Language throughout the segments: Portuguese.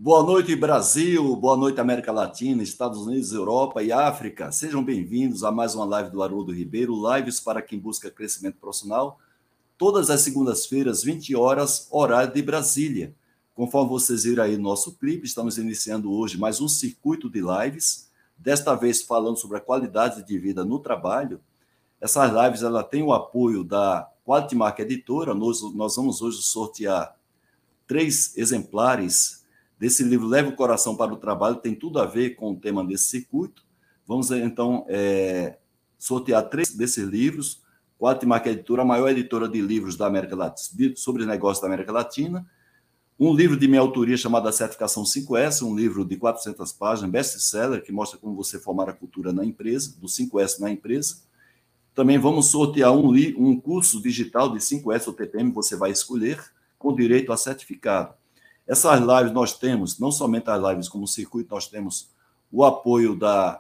Boa noite, Brasil. Boa noite, América Latina, Estados Unidos, Europa e África. Sejam bem-vindos a mais uma live do Haroldo Ribeiro, lives para quem busca crescimento profissional, todas as segundas-feiras, 20 horas, horário de Brasília. Conforme vocês viram aí no nosso clipe, estamos iniciando hoje mais um circuito de lives, desta vez falando sobre a qualidade de vida no trabalho. Essas lives ela tem o apoio da Quality Mark Editora. Nós vamos hoje sortear 3 exemplares desse livro Leve o Coração para o Trabalho, tem tudo a ver com o tema desse circuito. Vamos, então, sortear 3 desses livros. Quality Mark Editora, a maior editora de livros da América Latina, sobre negócios da América Latina. Um livro de minha autoria chamado A Certificação 5S, um livro de 400 páginas, best-seller, que mostra como você formar a cultura na empresa, do 5S na empresa. Também vamos sortear um curso digital de 5S ou TPM, você vai escolher, com direito a certificado. Essas lives nós temos, não somente as lives como circuito, nós temos o apoio da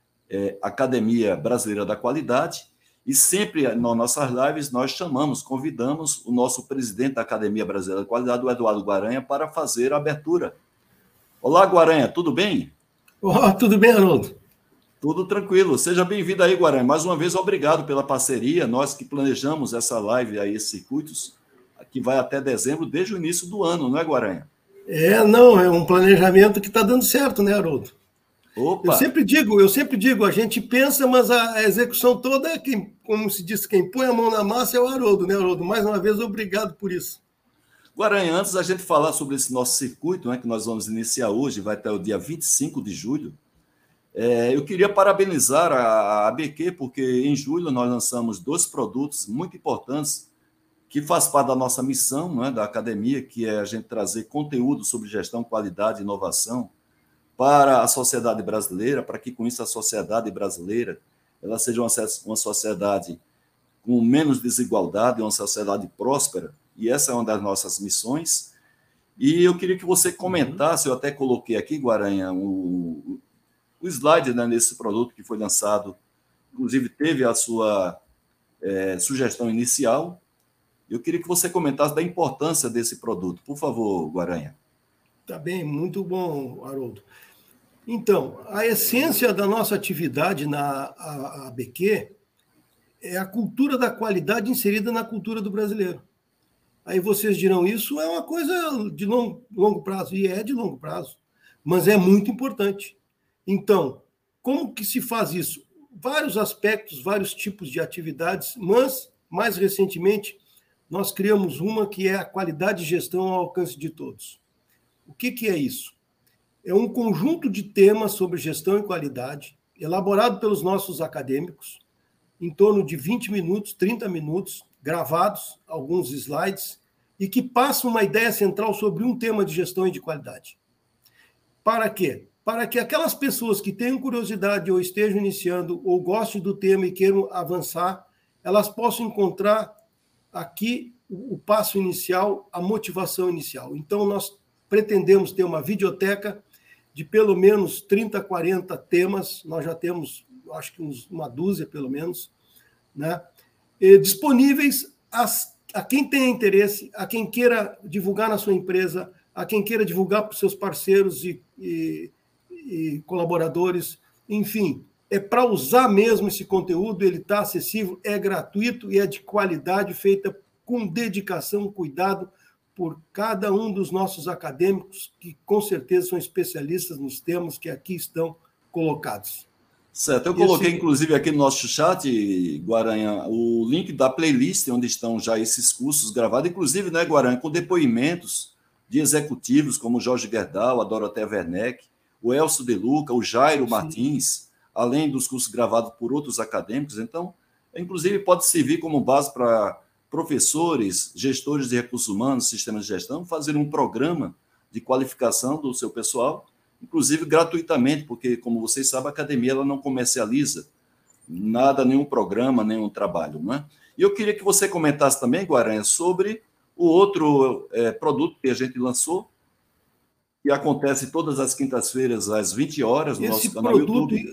Academia Brasileira da Qualidade, e sempre nas nossas lives nós convidamos o nosso presidente da Academia Brasileira da Qualidade, o Eduardo Guaranha, para fazer a abertura. Olá, Guaranha, tudo bem? Olá, tudo bem, Haroldo? Tudo tranquilo. Seja bem-vindo aí, Guaranha. Mais uma vez, obrigado pela parceria. Nós que planejamos essa live aí, esses circuitos, que vai até dezembro, desde o início do ano, não é, Guaranha? É um planejamento que está dando certo, né, Haroldo? Opa! Eu sempre digo, a gente pensa, mas a execução toda é quem, como se diz, quem põe a mão na massa é o Haroldo, né, Haroldo? Mais uma vez, obrigado por isso. Guaranha, antes da gente falar sobre esse nosso circuito, né, que nós vamos iniciar hoje, vai até o dia 25 de julho, eu queria parabenizar a ABQ, porque em julho nós lançamos 2 produtos muito importantes que faz parte da nossa missão, né, da academia, que é a gente trazer conteúdo sobre gestão, qualidade e inovação para a sociedade brasileira, para que com isso a sociedade brasileira ela seja uma sociedade com menos desigualdade, uma sociedade próspera, e essa é uma das nossas missões. E eu queria que você comentasse, eu até coloquei aqui, Guaranha, o slide, né, nesse produto que foi lançado, inclusive teve a sua sugestão inicial. Eu queria que você comentasse da importância desse produto. Por favor, Guaranha. Tá bem, muito bom, Haroldo. Então, a essência da nossa atividade na ABQ é a cultura da qualidade inserida na cultura do brasileiro. Aí vocês dirão, isso é uma coisa de longo prazo, e é de longo prazo, mas é muito importante. Então, como que se faz isso? Vários aspectos, vários tipos de atividades, mas, mais recentemente, nós criamos uma que é a qualidade de gestão ao alcance de todos. O que é isso? É um conjunto de temas sobre gestão e qualidade, elaborado pelos nossos acadêmicos, em torno de 20 minutos, 30 minutos, gravados, alguns slides, e que passam uma ideia central sobre um tema de gestão e de qualidade. Para quê? Para que aquelas pessoas que tenham curiosidade ou estejam iniciando ou gostem do tema e queiram avançar, elas possam encontrar aqui o passo inicial, a motivação inicial. Então, nós pretendemos ter uma videoteca de pelo menos 30, 40 temas, nós já temos, acho que uma dúzia, pelo menos, né? Disponíveis a quem tenha interesse, a quem queira divulgar na sua empresa, a quem queira divulgar para os seus parceiros e colaboradores, enfim, é para usar mesmo esse conteúdo, ele está acessível, é gratuito e é de qualidade, feita com dedicação, cuidado por cada um dos nossos acadêmicos, que com certeza são especialistas nos temas que aqui estão colocados. Certo, eu coloquei inclusive aqui no nosso chat, Guaranha, o link da playlist onde estão já esses cursos gravados, inclusive, né, Guaranha, com depoimentos de executivos como o Jorge Gerdau, a Dorothea Werneck, o Elcio De Luca, o Jairo Martins, além dos cursos gravados por outros acadêmicos. Então, inclusive, pode servir como base para professores, gestores de recursos humanos, sistemas de gestão, fazer um programa de qualificação do seu pessoal, inclusive gratuitamente, porque, como vocês sabem, a academia ela não comercializa nada, nenhum programa, nenhum trabalho, não é? E eu queria que você comentasse também, Guaranha, sobre o outro produto que a gente lançou, que acontece todas as quintas-feiras, às 20 horas, no nosso canal YouTube.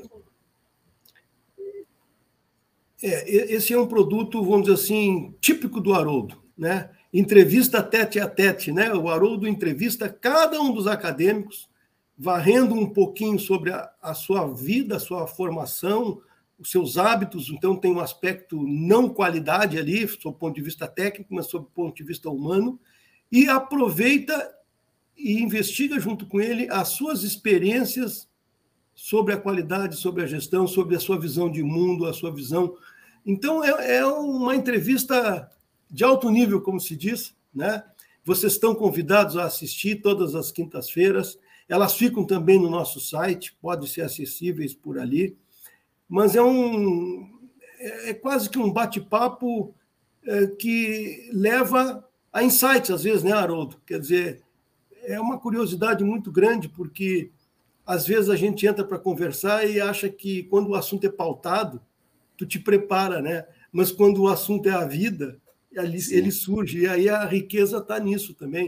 Esse é um produto, vamos dizer assim, típico do Haroldo, né? entrevista tete a tete, né? O Haroldo entrevista cada um dos acadêmicos, varrendo um pouquinho sobre a sua vida, a sua formação, os seus hábitos. Então, tem um aspecto não qualidade ali, sob o ponto de vista técnico, mas sob o ponto de vista humano, e aproveita e investiga junto com ele as suas experiências sobre a qualidade, sobre a gestão, sobre a sua visão de mundo, a sua visão. Então, é uma entrevista de alto nível, como se diz, né? Vocês estão convidados a assistir todas as quintas-feiras. Elas ficam também no nosso site, podem ser acessíveis por ali. Mas é quase que um bate-papo que leva a insights, às vezes, né, Haroldo? Quer dizer, é uma curiosidade muito grande, porque às vezes a gente entra para conversar e acha que quando o assunto é pautado, tu te prepara, né? Mas quando o assunto é a vida, ele surge, e aí a riqueza está nisso também.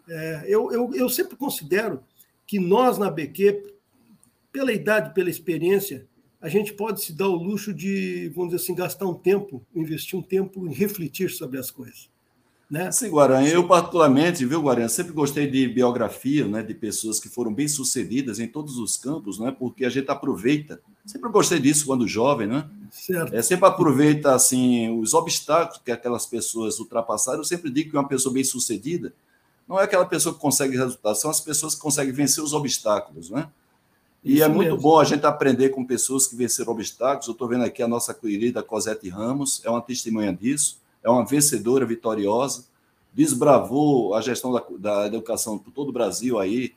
Eu sempre considero que nós, na BQ, pela idade, pela experiência, a gente pode se dar o luxo de, vamos dizer assim, gastar um tempo, investir um tempo em refletir sobre as coisas. Né? Sim, Guaranha, eu particularmente, viu, Guaranha, sempre gostei de biografia, né, de pessoas que foram bem-sucedidas em todos os campos, né, porque a gente aproveita, sempre gostei disso quando jovem, né? Certo. Sempre aproveita, assim, os obstáculos que aquelas pessoas ultrapassaram. Eu sempre digo que uma pessoa bem-sucedida não é aquela pessoa que consegue resultados, são as pessoas que conseguem vencer os obstáculos, né? E Isso é muito mesmo. bom a gente aprender com pessoas que venceram obstáculos. Eu estou vendo aqui a nossa querida Cosete Ramos, é uma testemunha disso, é uma vencedora vitoriosa, desbravou a gestão da educação por todo o Brasil aí,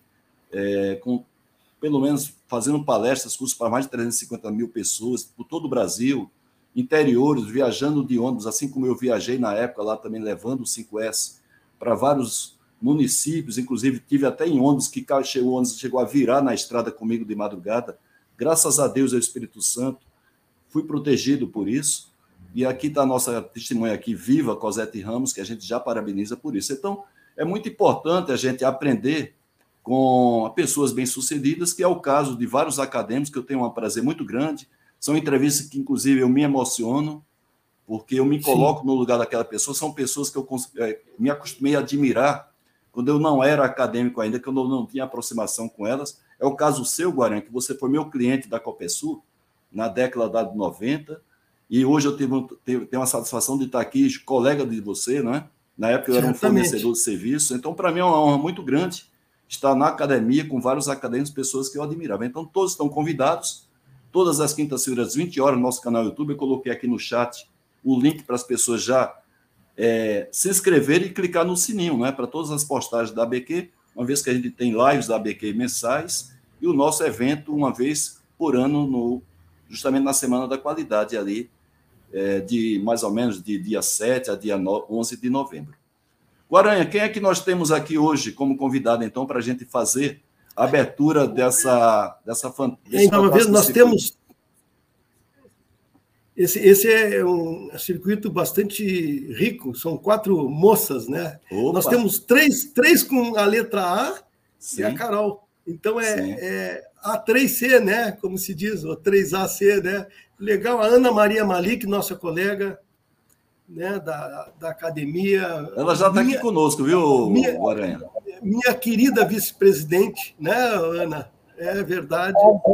com pelo menos fazendo palestras, cursos para mais de 350 mil pessoas por todo o Brasil, interiores, viajando de ônibus, assim como eu viajei na época lá também, levando o 5S para vários municípios, inclusive tive até em ônibus, que o ônibus chegou a virar na estrada comigo de madrugada. Graças a Deus e ao Espírito Santo, fui protegido por isso. E aqui está a nossa testemunha aqui, viva, Cosete Ramos, que a gente já parabeniza por isso. Então, é muito importante a gente aprender com pessoas bem-sucedidas, que é o caso de vários acadêmicos, que eu tenho um prazer muito grande. São entrevistas que, inclusive, eu me emociono, porque eu me coloco no lugar daquela pessoa. São pessoas que eu me acostumei a admirar quando eu não era acadêmico ainda, quando eu não tinha aproximação com elas. É o caso seu, Guaranha, que você foi meu cliente da Copesul na década de 90, e hoje eu tenho a satisfação de estar aqui, colega de você, né? Na época eu era um fornecedor de serviço, então para mim é uma honra muito grande estar na academia com vários acadêmicos, pessoas que eu admirava. Então todos estão convidados, todas as quintas-feiras, 20 horas, no nosso canal YouTube. Eu coloquei aqui no chat o link para as pessoas já se inscreverem e clicar no sininho, né? Para todas as postagens da ABQ, uma vez que a gente tem lives da ABQ mensais, e o nosso evento uma vez por ano, justamente na Semana da Qualidade ali, de mais ou menos de dia 7 a dia 11 de novembro. Guaranha, quem é que nós temos aqui hoje como convidado, então, para a gente fazer a abertura dessa uma vez nós temos... Esse é um circuito bastante rico, são 4 moças, né? Opa. Nós temos três com a letra A. Sim. E a Carol. Então é A3C, né? Como se diz, ou 3AC, né? Legal, a Ana Maria Malik, nossa colega, né, da academia. Ela já está aqui conosco, viu, Guaranha? Minha querida vice-presidente, né, Ana? É verdade.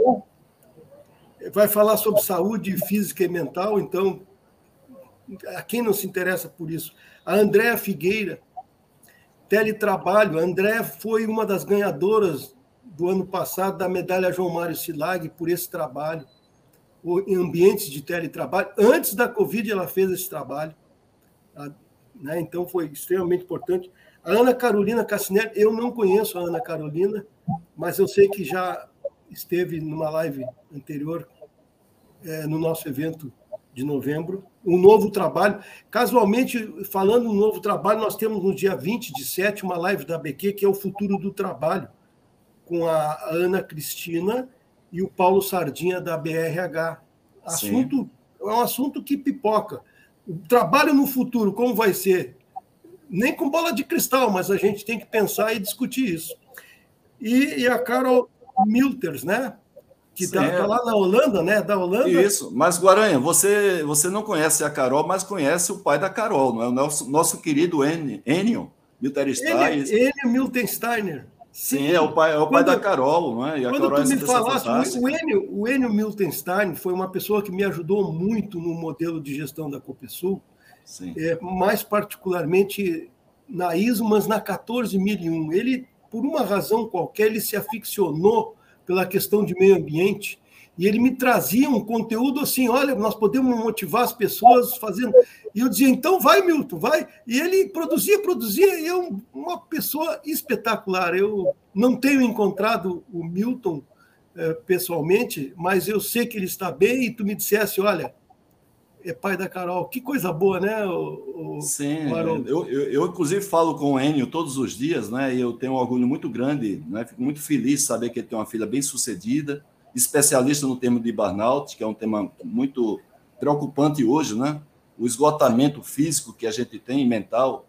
Vai falar sobre saúde física e mental, então, a quem não se interessa por isso? A Andréa Figueira, teletrabalho. A Andréa foi uma das ganhadoras do ano passado da medalha João Mário Silag por esse trabalho, em ambientes de teletrabalho. Antes da Covid, ela fez esse trabalho, né? Então, foi extremamente importante. A Ana Carolina Cassinelli, eu não conheço a Ana Carolina, mas eu sei que já esteve numa live anterior, no nosso evento de novembro, um novo trabalho. Casualmente, falando no novo trabalho, nós temos no dia 20/7 uma live da ABQ, que é o Futuro do Trabalho, com a Ana Cristina e o Paulo Sardinha, da BRH. É um assunto que pipoca. O trabalho no futuro, como vai ser? Nem com bola de cristal, mas a gente tem que pensar e discutir isso. E a Carol Milters, né? que está lá na Holanda, né? Da Holanda. Isso, mas Guaranha, você não conhece a Carol, mas conhece o pai da Carol, não é? O nosso querido Enio Miltenstein. Ele é Milton Steiner. Sim, é o pai da Carol, não é? E a quando Carol tu me pessoa falaste, fantástica. o Enio Milton Stein foi uma pessoa que me ajudou muito no modelo de gestão da Copesul, mais particularmente na ISO, mas na 14001. Ele, por uma razão qualquer, ele se aficionou pela questão de meio ambiente e ele me trazia um conteúdo assim, olha, nós podemos motivar as pessoas fazendo... E eu dizia, então vai, Milton, vai. E ele produzia, e é uma pessoa espetacular. Eu não tenho encontrado o Milton pessoalmente, mas eu sei que ele está bem e tu me dissesse, olha, é pai da Carol. Que coisa boa, né, Sim, eu inclusive falo com o Enio todos os dias, né? E eu tenho um orgulho muito grande, né? Fico muito feliz de saber que ele tem uma filha bem sucedida, especialista no tema de burnout, que é um tema muito preocupante hoje, né? O esgotamento físico que a gente tem, mental.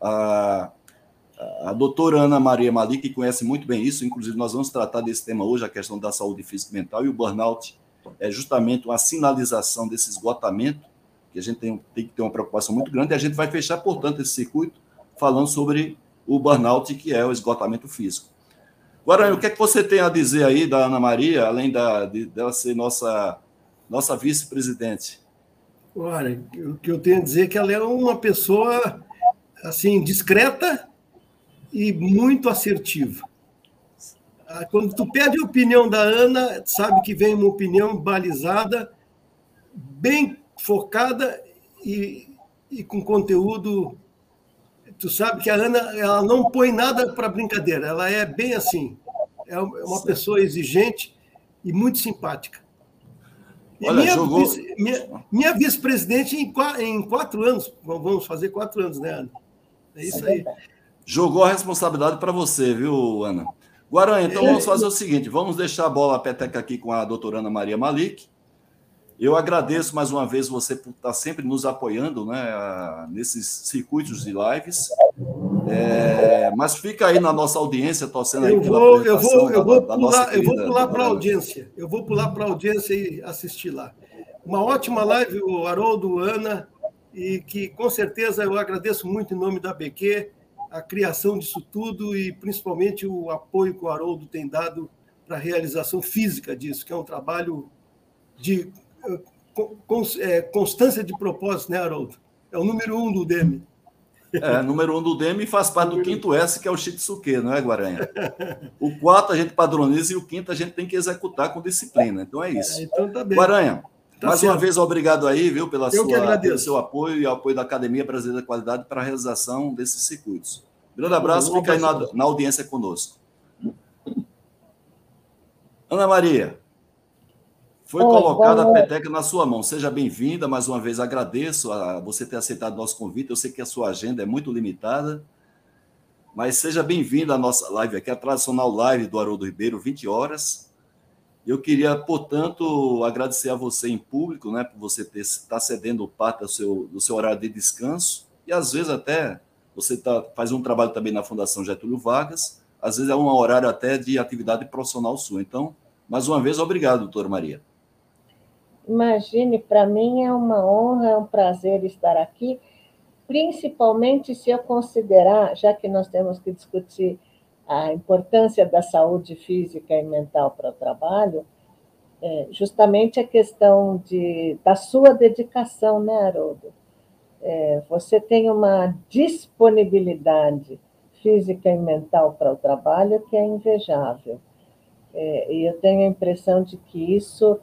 A doutora Ana Maria Malik, que conhece muito bem isso, inclusive nós vamos tratar desse tema hoje, a questão da saúde física e mental, e o burnout é justamente uma sinalização desse esgotamento, que a gente tem que ter uma preocupação muito grande, e a gente vai fechar, portanto, esse circuito falando sobre o burnout, que é o esgotamento físico. Agora, o que é que você tem a dizer aí da Ana Maria, além dela ser nossa vice-presidente? Olha, o que eu tenho a dizer é que ela é uma pessoa assim, discreta e muito assertiva. Quando tu pede a opinião da Ana, sabe que vem uma opinião balizada, bem focada e com conteúdo. Tu sabe que a Ana ela não põe nada para brincadeira, ela é bem assim. É uma pessoa exigente e muito simpática. E olha, minha vice-presidente em 4 anos, vamos fazer 4 anos, né, Ana? É isso aí. Jogou a responsabilidade para você, viu, Ana? Guaranha, então vamos fazer o seguinte, vamos deixar a bola a peteca aqui com a doutora Ana Maria Malik. Eu agradeço mais uma vez você por estar sempre nos apoiando, né, nesses circuitos de lives. Mas fica aí na nossa audiência, torcendo aí pela apresentação da nossa querida... Eu vou pular para a audiência. Eu vou pular para a audiência e assistir lá. Uma ótima live, o Haroldo, Ana, e que com certeza eu agradeço muito em nome da BQ a criação disso tudo e principalmente o apoio que o Haroldo tem dado para a realização física disso, que é um trabalho de constância de propósito, né, Haroldo? É o número 1 do DEME. Número 1 do DEME e faz parte do 5º S, que é o Shitsuke, não é, Guaranha? O 4 a gente padroniza e o 5º a gente tem que executar com disciplina. Então é isso. Então tá bem. Guaranha, mais uma vez, obrigado aí, viu, pelo seu apoio e apoio da Academia Brasileira da Qualidade para a realização desses circuitos. Grande abraço, fica aí na audiência conosco. Ana Maria, foi colocada a peteca na sua mão. Seja bem-vinda, mais uma vez agradeço a você ter aceitado o nosso convite. Eu sei que a sua agenda é muito limitada, mas seja bem-vinda à nossa live aqui, a tradicional live do Haroldo Ribeiro, 20 horas. Eu queria, portanto, agradecer a você em público, né, por você estar cedendo parte do seu horário de descanso, e às vezes até você faz um trabalho também na Fundação Getúlio Vargas, às vezes é um horário até de atividade profissional sua. Então, mais uma vez, obrigado, doutora Maria. Imagine, para mim é uma honra, é um prazer estar aqui, principalmente se eu considerar, já que nós temos que discutir a importância da saúde física e mental para o trabalho, justamente a questão da sua dedicação, né, Haroldo? Você tem uma disponibilidade física e mental para o trabalho que é invejável. E eu tenho a impressão de que isso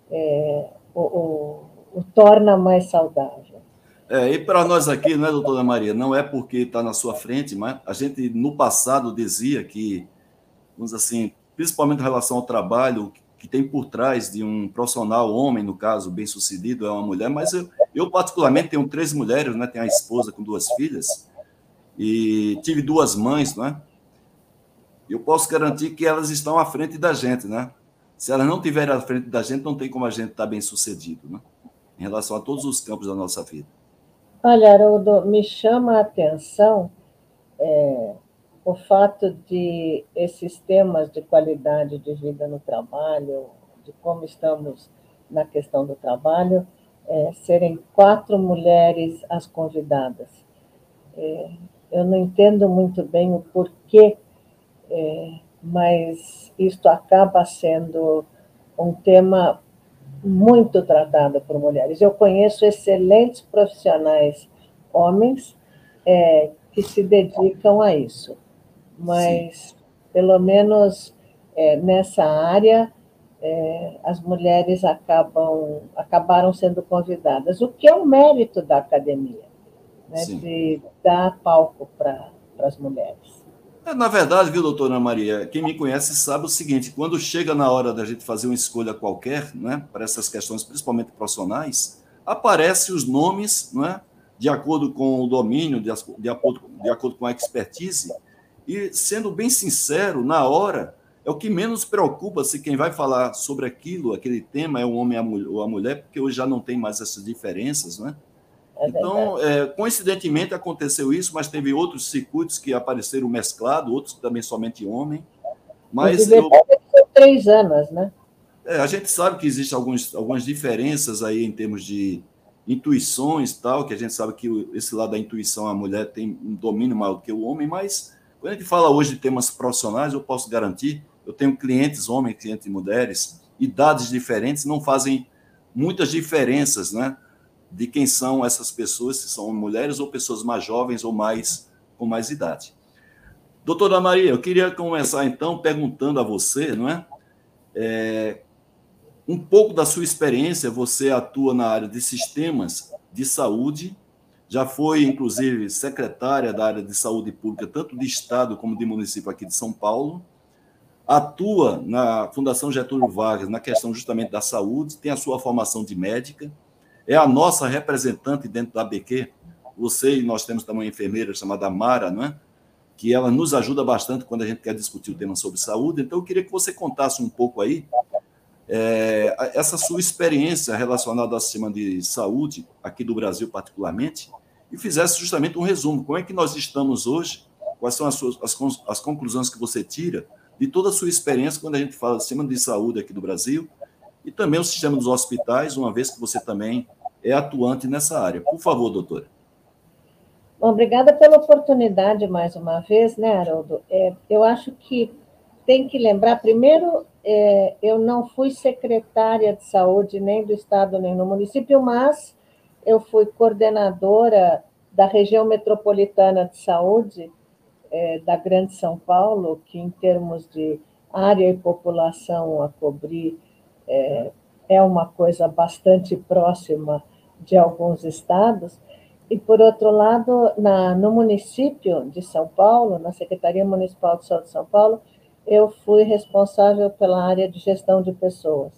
o torna mais saudável. E para nós aqui, né, doutora Maria, não é porque está na sua frente, mas a gente, no passado, dizia que, vamos assim, principalmente em relação ao trabalho, que tem por trás de um profissional, homem, no caso, bem-sucedido, é uma mulher, mas eu particularmente, tenho 3 mulheres, né, tenho a esposa com 2 filhas, e tive 2 mães, né? Eu posso garantir que elas estão à frente da gente, né? Se elas não estiverem à frente da gente, não tem como a gente estar bem-sucedido, né? Em relação a todos os campos da nossa vida. Olha, Haroldo, me chama a atenção o fato de esses temas de qualidade de vida no trabalho, de como estamos na questão do trabalho, serem 4 mulheres as convidadas. Eu não entendo muito bem o porquê, mas isto acaba sendo um tema muito tratado por mulheres. Eu conheço excelentes profissionais homens que se dedicam a isso, mas, sim, pelo menos nessa área, as mulheres acabaram sendo convidadas, o que é um mérito da academia, né, de dar palco para as mulheres. Na verdade, viu, doutora Maria, quem me conhece sabe o seguinte, quando chega na hora da gente fazer uma escolha qualquer, né, para essas questões, principalmente profissionais, aparecem os nomes, né, de acordo com o domínio, de acordo com a expertise, e, sendo bem sincero, na hora, é o que menos preocupa se quem vai falar sobre aquele tema é o homem ou a mulher, porque hoje já não tem mais essas diferenças, né? Então, coincidentemente aconteceu isso, mas teve outros circuitos que apareceram mesclados, outros também somente homem. Mas eu... 3 anos, né? A gente sabe que existem algumas diferenças aí em termos de intuições e tal, que a gente sabe que esse lado da intuição, a mulher tem um domínio maior do que o homem, mas quando a gente fala hoje de temas profissionais, eu posso garantir, eu tenho clientes homens, clientes mulheres, idades diferentes, não fazem muitas diferenças, né? De quem são essas pessoas, se são mulheres ou pessoas mais jovens ou com mais idade. Doutora Maria, eu queria começar, então, perguntando a você, não é? Um pouco da sua experiência, você atua na área de sistemas de saúde, já foi, inclusive, secretária da área de saúde pública, tanto de Estado como de município aqui de São Paulo, atua na Fundação Getúlio Vargas na questão justamente da saúde, tem a sua formação de médica, é a nossa representante dentro da ABQ. Você e nós temos também uma enfermeira chamada Mara, não é? Que ela nos ajuda bastante quando a gente quer discutir o tema sobre saúde. Então, eu queria que você contasse um pouco aí essa sua experiência relacionada ao sistema de saúde, aqui do Brasil particularmente, e fizesse justamente um resumo. Como é que nós estamos hoje? Quais são as conclusões que você tira de toda a sua experiência quando a gente fala do sistema de saúde aqui do Brasil e também o sistema dos hospitais, uma vez que você também é atuante nessa área. Por favor, doutora. Obrigada pela oportunidade mais uma vez, né, Haroldo? Eu acho que tem que lembrar, primeiro, eu não fui secretária de saúde nem do Estado nem no município, mas eu fui coordenadora da região metropolitana de saúde da Grande São Paulo, que em termos de área e população a cobrir é uma coisa bastante próxima de alguns estados. E, por outro lado, no município de São Paulo, na Secretaria Municipal de Saúde de São Paulo, eu fui responsável pela área de gestão de pessoas.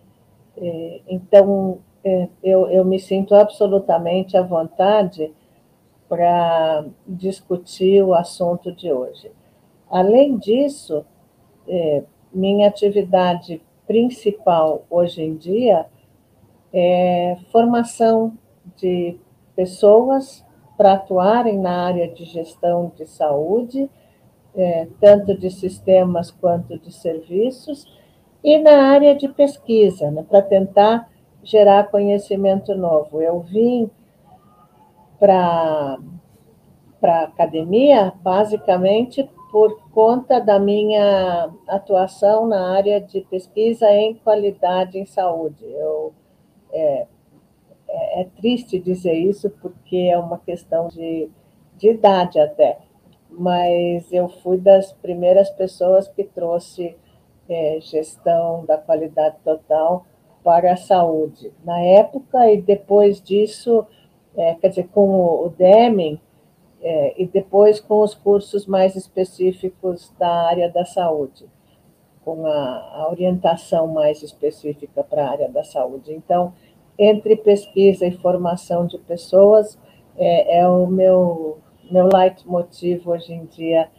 Então, eu me sinto absolutamente à vontade para discutir o assunto de hoje. Além disso, minha atividade principal hoje em dia é formação de pessoas para atuarem na área de gestão de saúde, tanto de sistemas quanto de serviços, e na área de pesquisa, né, para tentar gerar conhecimento novo. Eu vim para a academia, basicamente, por conta da minha atuação na área de pesquisa em qualidade em saúde. É triste dizer isso, porque é uma questão de idade até, mas eu fui das primeiras pessoas que trouxe gestão da qualidade total para a saúde. Na época, e depois disso, quer dizer, com o Deming, e depois com os cursos mais específicos da área da saúde, com a orientação mais específica para a área da saúde. Então, entre pesquisa e formação de pessoas, é o meu leitmotiv hoje em dia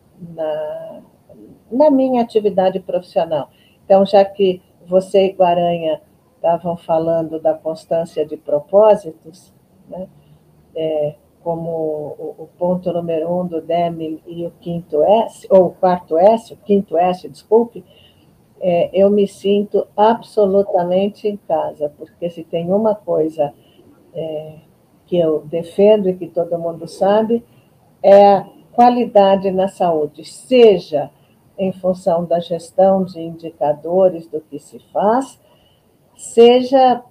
na minha atividade profissional. Então, já que você e Guaranha estavam falando da constância de propósitos, né, como o ponto número 1 do Deming e o quinto S, ou o quarto S, o quinto S, desculpe, eu me sinto absolutamente em casa, porque se tem uma coisa que eu defendo e que todo mundo sabe, é a qualidade na saúde, seja em função da gestão de indicadores do que se faz, seja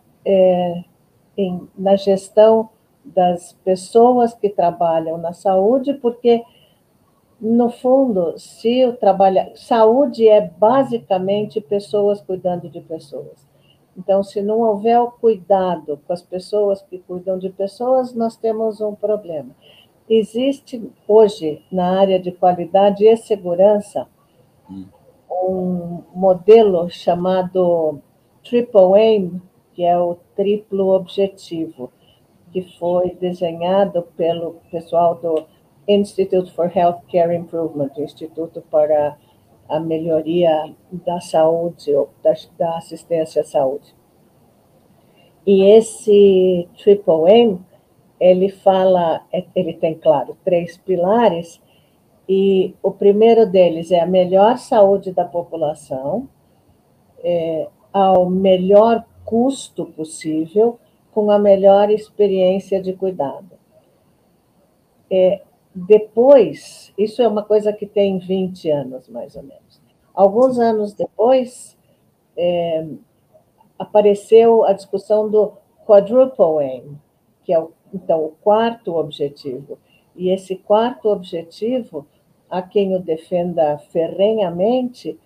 na gestão das pessoas que trabalham na saúde, porque, no fundo, se o trabalho... Saúde é basicamente pessoas cuidando de pessoas. Então, se não houver o cuidado com as pessoas que cuidam de pessoas, nós temos um problema. Existe hoje, na área de qualidade e segurança, um modelo chamado Triple Aim, que é o triplo objetivo, que foi desenhado pelo pessoal do Institute for Healthcare Improvement, Instituto para a Melhoria da Saúde, ou da Assistência à Saúde. E esse Triple Aim, ele tem, claro, 3 pilares, e o primeiro deles é a melhor saúde da população, ao melhor custo possível, com a melhor experiência de cuidado. Depois, isso é uma coisa que tem 20 anos, mais ou menos. Alguns anos depois, apareceu a discussão do Quadruple Aim, que é, então, o 4º objetivo. E esse 4º objetivo, a quem o defenda ferrenhamente,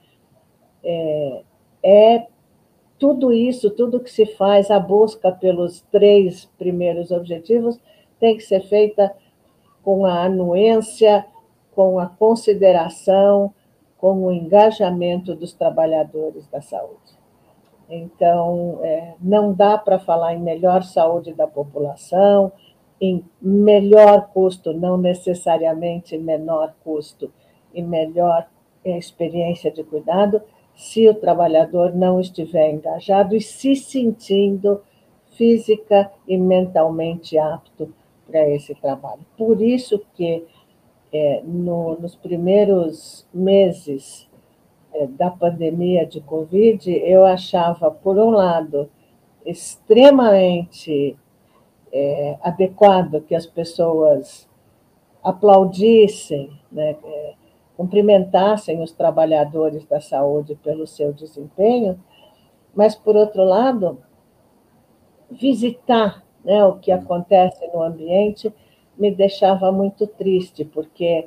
é tudo isso, tudo que se faz, a busca pelos 3 primeiros objetivos, tem que ser feita com a anuência, com a consideração, com o engajamento dos trabalhadores da saúde. Então, não dá para falar em melhor saúde da população, em melhor custo, não necessariamente menor custo, e melhor experiência de cuidado, se o trabalhador não estiver engajado e se sentindo física e mentalmente apto para esse trabalho. Por isso que, nos primeiros meses da pandemia de Covid, eu achava, por um lado, extremamente adequado que as pessoas aplaudissem, né, cumprimentassem os trabalhadores da saúde pelo seu desempenho, mas, por outro lado, visitar, né, o que acontece no ambiente me deixava muito triste, porque,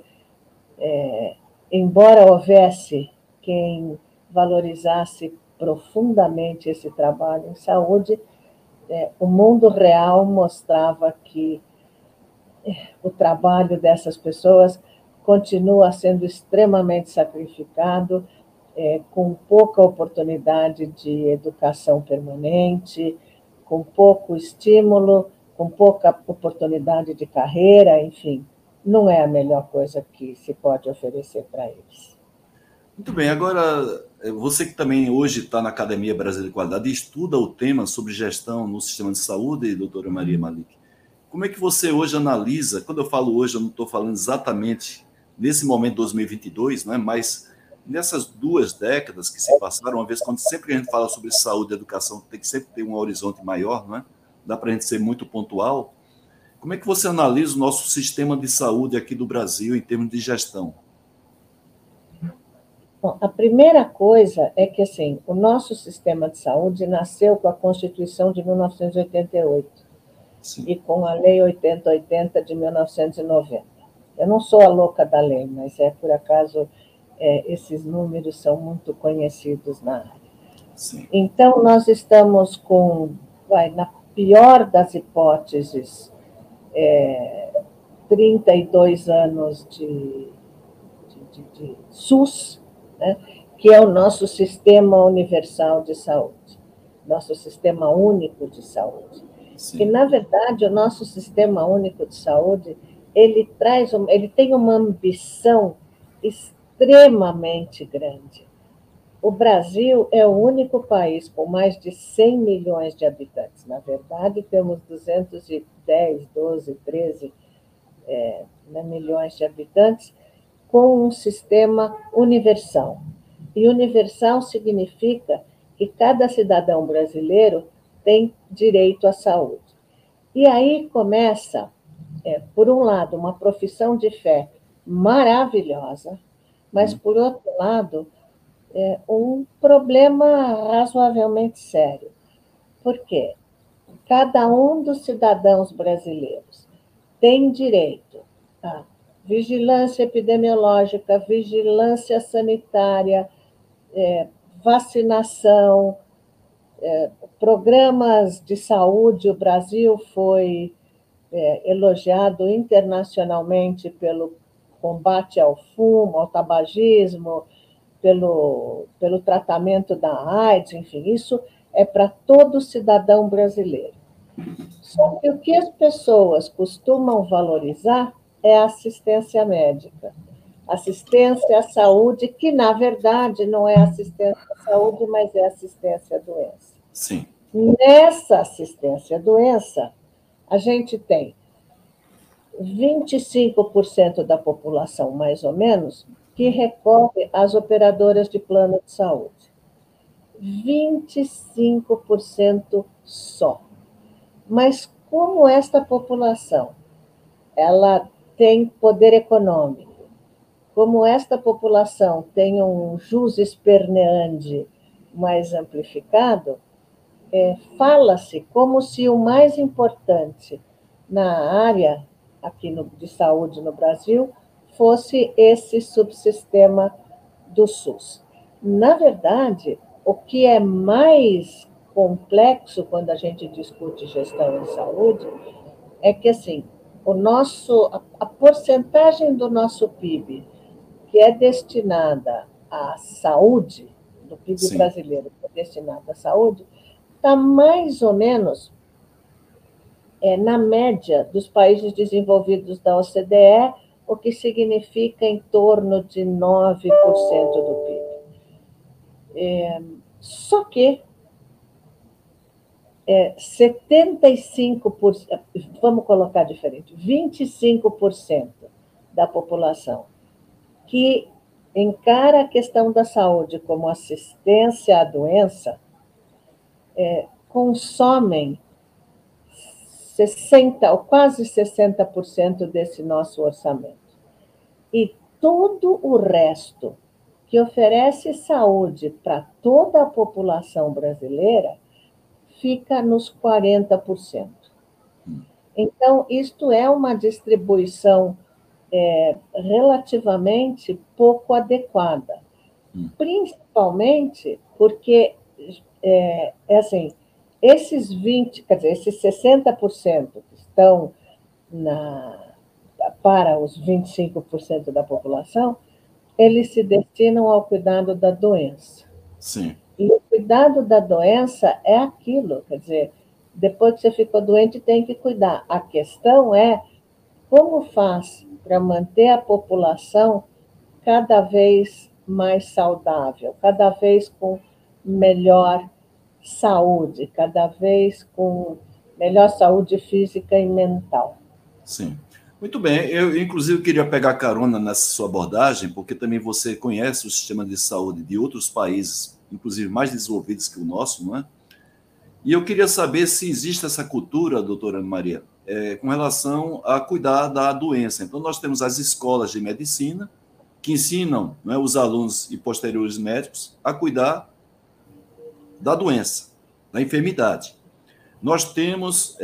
embora houvesse quem valorizasse profundamente esse trabalho em saúde, o mundo real mostrava que o trabalho dessas pessoas continua sendo extremamente sacrificado, com pouca oportunidade de educação permanente, com pouco estímulo, com pouca oportunidade de carreira, enfim, não é a melhor coisa que se pode oferecer para eles. Muito bem, agora você que também hoje está na Academia Brasileira de Qualidade e estuda o tema sobre gestão no sistema de saúde, doutora Maria Malik, como é que você hoje analisa, quando eu falo hoje, eu não estou falando exatamente nesse momento 2022, né, mas nessas 2 décadas que se passaram, uma vez quando sempre que a gente fala sobre saúde e educação, tem que sempre ter um horizonte maior, não é? Dá para a gente ser muito pontual. Como é que você analisa o nosso sistema de saúde aqui do Brasil em termos de gestão? Bom, a primeira coisa é que, assim, o nosso sistema de saúde nasceu com a Constituição de 1988 Sim. E com a Lei 8080 de 1990. Eu não sou a louca da lei, mas por acaso, esses números são muito conhecidos na área. Sim. Então, nós estamos com, na pior das hipóteses, 32 anos de SUS, né, que é o nosso Sistema Universal de Saúde, nosso Sistema Único de Saúde. Sim. E, na verdade, o nosso Sistema Único de Saúde, ele tem uma ambição extremamente grande. O Brasil é o único país com mais de 100 milhões de habitantes. Na verdade, temos 210, 12, 13 milhões de habitantes, com um sistema universal. E universal significa que cada cidadão brasileiro tem direito à saúde. E aí começa, por um lado, uma profissão de fé maravilhosa, mas, por outro lado, um problema razoavelmente sério. Por quê? Cada um dos cidadãos brasileiros tem direito a vigilância epidemiológica, vigilância sanitária, vacinação, programas de saúde. O Brasil foi elogiado internacionalmente pelo combate ao fumo, ao tabagismo, pelo tratamento da AIDS, enfim, isso é para todo cidadão brasileiro. Só que o que as pessoas costumam valorizar é a assistência médica. Assistência à saúde, que, na verdade, não é assistência à saúde, mas é assistência à doença. Sim. Nessa assistência à doença, a gente tem 25% da população, mais ou menos, que recorre às operadoras de plano de saúde. 25% só. Mas como esta população ela tem poder econômico, como esta população tem um jus sperneandi mais amplificado, fala-se como se o mais importante na área aqui de saúde no Brasil fosse esse subsistema do SUS. Na verdade, o que é mais complexo quando a gente discute gestão em saúde é que, assim, a porcentagem do nosso PIB que é destinada à saúde, do PIB Sim. brasileiro que é destinado à saúde, está mais ou menos na média dos países desenvolvidos da OCDE, o que significa em torno de 9% do PIB. Só que 75%, vamos colocar diferente, 25% da população que encara a questão da saúde como assistência à doença, consomem 60% ou quase 60% desse nosso orçamento. E todo o resto que oferece saúde para toda a população brasileira fica nos 40%. Então, isto é uma distribuição relativamente pouco adequada, principalmente porque, assim, esses 60% que estão para os 25% da população, eles se destinam ao cuidado da doença. Sim. E o cuidado da doença é aquilo, quer dizer, depois que você ficou doente, tem que cuidar. A questão é como faz para manter a população cada vez mais saudável, cada vez com melhor saúde, cada vez com melhor saúde física e mental. Sim. Muito bem. Eu, inclusive, queria pegar carona nessa sua abordagem, porque também você conhece o sistema de saúde de outros países, inclusive mais desenvolvidos que o nosso, não é? E eu queria saber se existe essa cultura, doutora Ana Maria, com relação a cuidar da doença. Então, nós temos as escolas de medicina que ensinam, não é, os alunos e posteriores médicos a cuidar da doença, da enfermidade. Nós temos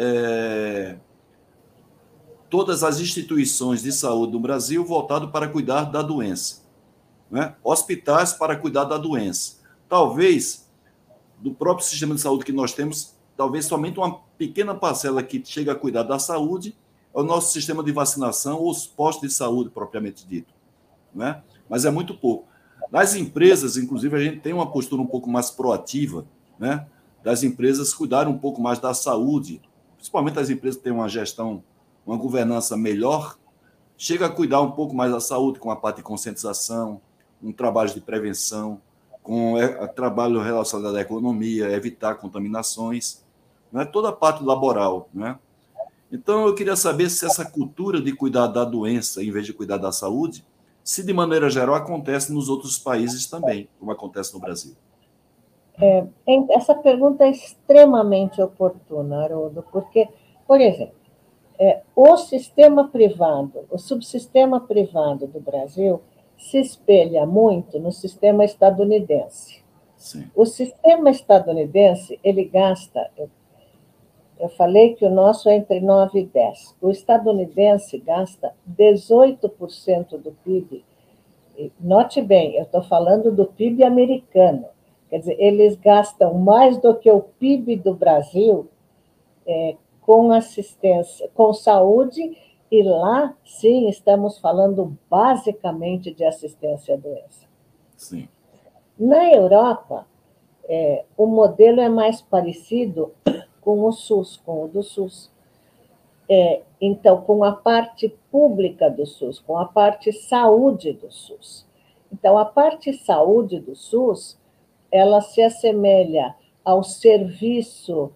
todas as instituições de saúde do Brasil voltadas para cuidar da doença, né? Hospitais para cuidar da doença. Talvez, do próprio sistema de saúde que nós temos, talvez somente uma pequena parcela que chega a cuidar da saúde é o nosso sistema de vacinação ou os postos de saúde, propriamente dito, né? Mas é muito pouco. Nas empresas, inclusive, a gente tem uma postura um pouco mais proativa, né? Das empresas cuidarem um pouco mais da saúde, principalmente as empresas que têm uma gestão, uma governança melhor, chega a cuidar um pouco mais da saúde com a parte de conscientização, um trabalho de prevenção, com trabalho relacionado à economia, evitar contaminações, né? Toda a parte laboral, né? Então, eu queria saber se essa cultura de cuidar da doença, em vez de cuidar da saúde, se de maneira geral acontece nos outros países também, como acontece no Brasil. Essa pergunta é extremamente oportuna, Haroldo, porque, por exemplo, o sistema privado, o subsistema privado do Brasil se espelha muito no sistema estadunidense. Sim. O sistema estadunidense, ele gasta, eu falei que o nosso é entre 9 e 10. O estadunidense gasta 18% do PIB. Note bem, eu estou falando do PIB americano. Quer dizer, eles gastam mais do que o PIB do Brasil com assistência, com saúde, e lá, sim, estamos falando basicamente de assistência à doença. Sim. Na Europa, o modelo é mais parecido com o SUS, com o do SUS. Então, com a parte pública do SUS, com a parte saúde do SUS. Então, a parte saúde do SUS, ela se assemelha ao serviço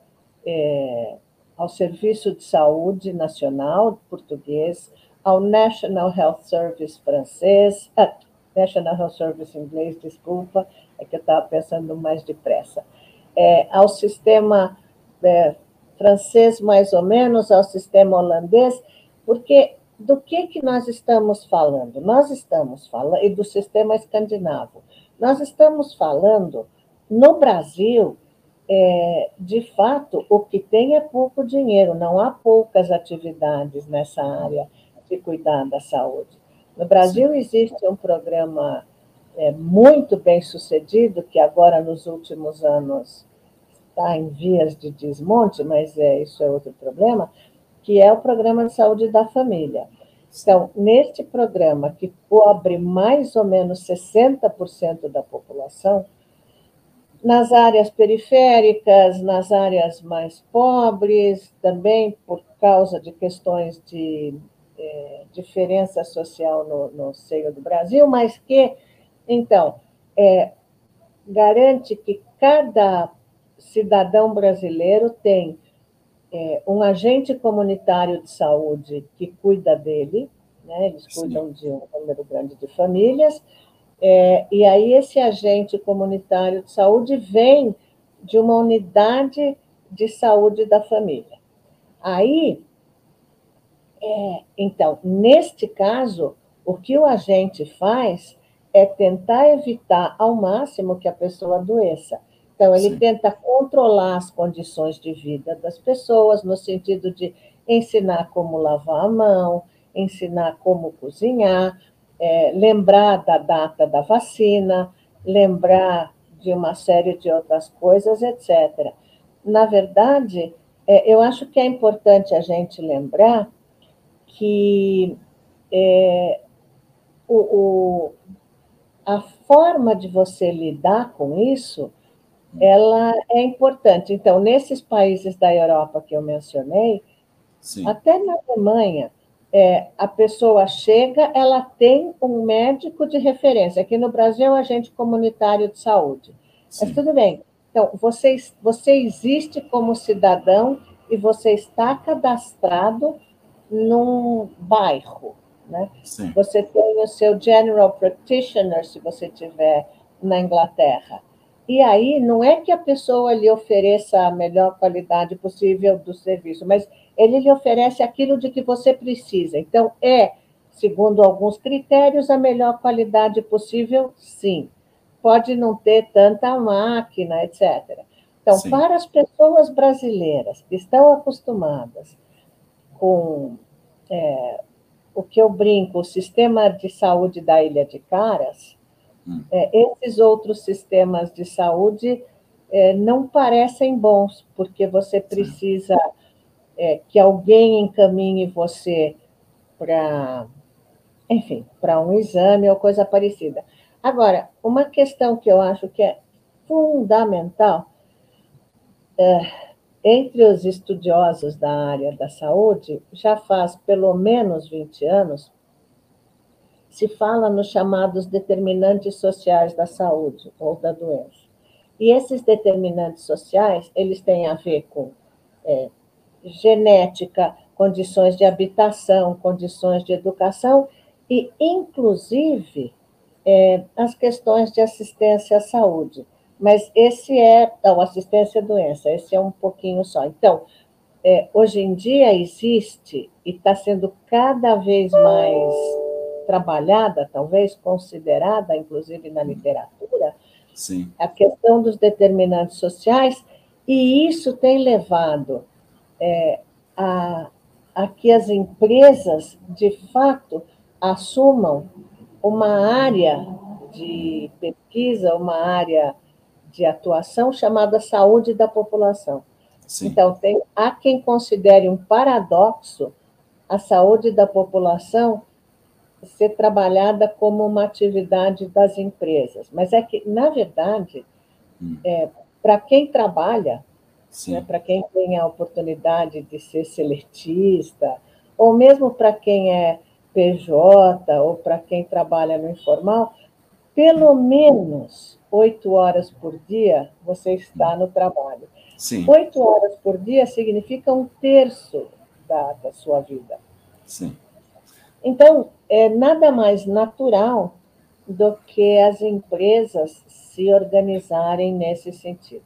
de saúde nacional português, ao National Health Service francês, National Health Service inglês, desculpa, é que eu estava pensando mais depressa, ao sistema francês, mais ou menos, ao sistema holandês, porque do que nós estamos falando? Nós estamos falando, e do sistema escandinavo, nós estamos falando, no Brasil, de fato, o que tem é pouco dinheiro, não há poucas atividades nessa área de cuidar da saúde. No Brasil existe um programa muito bem sucedido, que agora, nos últimos anos, está em vias de desmonte, mas isso é outro problema, que é o Programa de Saúde da Família. Então, neste programa, que cobre mais ou menos 60% da população, nas áreas periféricas, nas áreas mais pobres, também por causa de questões de diferença social no seio do Brasil, mas que, então, garante que cada cidadão brasileiro tem um agente comunitário de saúde que cuida dele, né? Eles cuidam de um número grande de famílias, e aí esse agente comunitário de saúde vem de uma unidade de saúde da família. Aí, então, neste caso, o que o agente faz é tentar evitar ao máximo que a pessoa adoeça. Então, ele tenta controlar as condições de vida das pessoas, no sentido de ensinar como lavar a mão, ensinar como cozinhar, lembrar da data da vacina, lembrar de uma série de outras coisas, etc. Na verdade, eu acho que é importante a gente lembrar que a forma de você lidar com isso, ela é importante. Então, nesses países da Europa que eu mencionei, até na Alemanha, a pessoa chega, ela tem um médico de referência. Aqui no Brasil, é um agente comunitário de saúde. Mas tudo bem. Então, você existe como cidadão e você está cadastrado num bairro, né? Você tem o seu general practitioner, se você tiver na Inglaterra. E aí, não é que a pessoa lhe ofereça a melhor qualidade possível do serviço, mas ele lhe oferece aquilo de que você precisa. Então, segundo alguns critérios, a melhor qualidade possível, sim. Pode não ter tanta máquina, etc. Então, para as pessoas brasileiras que estão acostumadas com o que eu brinco, o sistema de saúde da Ilha de Caras, esses outros sistemas de saúde não parecem bons, porque você precisa que alguém encaminhe você para, enfim, para um exame ou coisa parecida. Agora, uma questão que eu acho que é fundamental entre os estudiosos da área da saúde, já faz pelo menos 20 anos, se fala nos chamados determinantes sociais da saúde ou da doença. E esses determinantes sociais, eles têm a ver com genética, condições de habitação, condições de educação e, inclusive, as questões de assistência à saúde. Mas assistência à doença, esse é um pouquinho só. Então, hoje em dia existe, e está sendo cada vez mais trabalhada, talvez considerada, inclusive na literatura, Sim. a questão dos determinantes sociais, e isso tem levado a que as empresas, de fato, assumam uma área de pesquisa, uma área de atuação chamada saúde da população. Sim. Então, há quem considere um paradoxo a saúde da população ser trabalhada como uma atividade das empresas. Mas é que, na verdade, para quem trabalha, né, para quem tem a oportunidade de ser seletista, ou mesmo para quem é PJ, ou para quem trabalha no informal, pelo menos 8 horas por dia você está no trabalho. Sim. 8 horas por dia significa 1/3 da sua vida. Sim. Então, é nada mais natural do que as empresas se organizarem nesse sentido.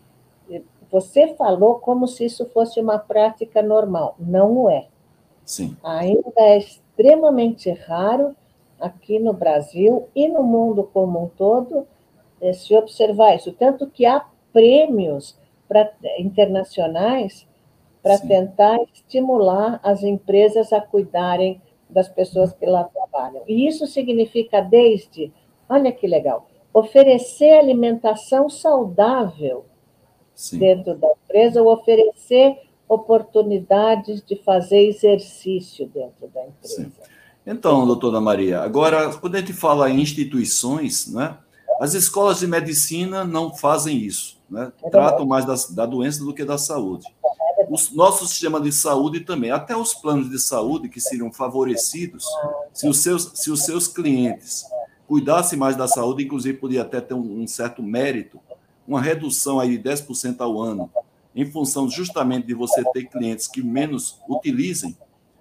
Você falou como se isso fosse uma prática normal. Não o é. Sim. Ainda é extremamente raro aqui no Brasil e no mundo como um todo se observar isso. Tanto que há prêmios internacionais para tentar estimular as empresas a cuidarem das pessoas que lá trabalham. E isso significa desde, olha que legal, oferecer alimentação saudável dentro da empresa, ou oferecer oportunidades de fazer exercício dentro da empresa. Sim. Então, doutora Maria, agora, quando a gente fala em instituições, né, as escolas de medicina não fazem isso, né? Tratam mais da doença do que da saúde. O nosso sistema de saúde também, até os planos de saúde que seriam favorecidos, se os seus clientes cuidassem mais da saúde, inclusive podia até ter um certo mérito, uma redução aí de 10% ao ano, em função justamente de você ter clientes que menos utilizem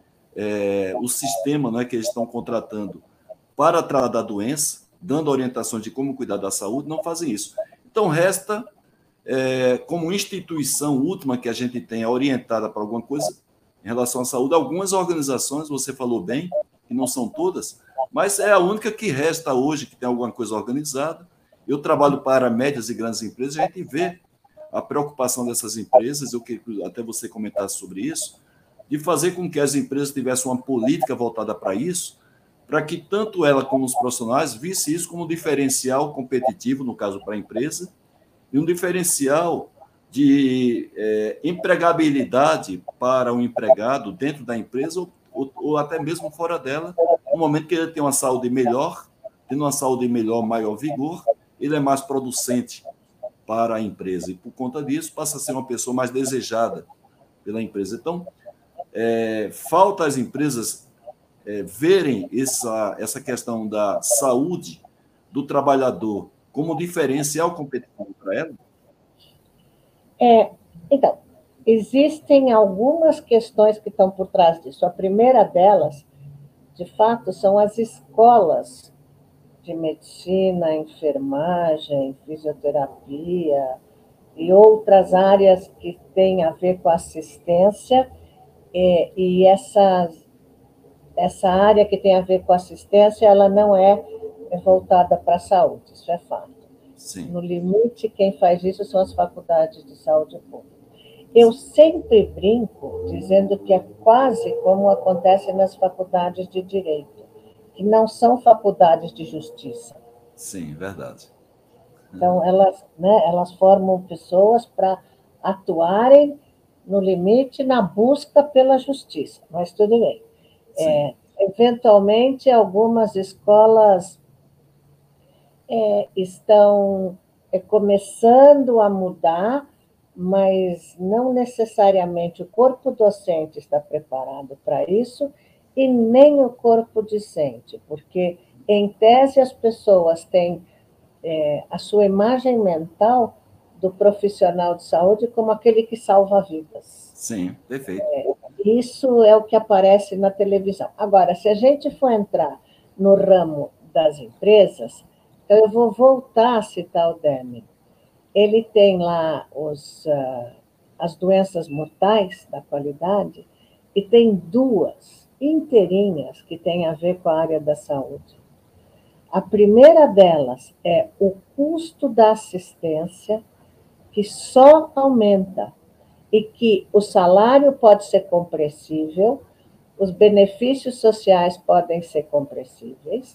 o sistema, né, que eles estão contratando para tratar da doença, dando orientações de como cuidar da saúde, não fazem isso. Então, resta, como instituição última que a gente tem orientada para alguma coisa em relação à saúde, algumas organizações, você falou bem, que não são todas, mas é a única que resta hoje que tem alguma coisa organizada. Eu trabalho para médias e grandes empresas, a gente vê a preocupação dessas empresas, eu queria até você comentar sobre isso, de fazer com que as empresas tivessem uma política voltada para isso, para que tanto ela como os profissionais vissem isso como um diferencial competitivo, no caso para a empresa, e um diferencial de empregabilidade para o empregado dentro da empresa ou até mesmo fora dela, no momento que ele tem uma saúde melhor, tendo uma saúde melhor, maior vigor, ele é mais producente para a empresa e, por conta disso, passa a ser uma pessoa mais desejada pela empresa. Então, falta às empresas verem essa questão da saúde do trabalhador como diferencial competitivo para ela? Então, existem algumas questões que estão por trás disso. A primeira delas, de fato, são as escolas de medicina, enfermagem, fisioterapia e outras áreas que têm a ver com assistência, e essa área que tem a ver com assistência, ela não é voltada para a saúde, isso é fato. Sim. No limite, quem faz isso são as faculdades de saúde pública. Eu sempre brinco dizendo que é quase como acontece nas faculdades de direito, que não são faculdades de justiça. Sim, verdade. Então, elas formam pessoas para atuarem no limite na busca pela justiça, mas tudo bem. Eventualmente, algumas escolas estão começando a mudar, mas não necessariamente o corpo docente está preparado para isso e nem o corpo discente, porque, em tese, as pessoas têm a sua imagem mental do profissional de saúde como aquele que salva vidas. Sim, perfeito. Isso é o que aparece na televisão. Agora, se a gente for entrar no ramo das empresas, então eu vou voltar a citar o Deming. Ele tem lá as doenças mortais da qualidade, e tem duas inteirinhas que têm a ver com a área da saúde. A primeira delas é o custo da assistência, que só aumenta, e que o salário pode ser compressível, os benefícios sociais podem ser compressíveis,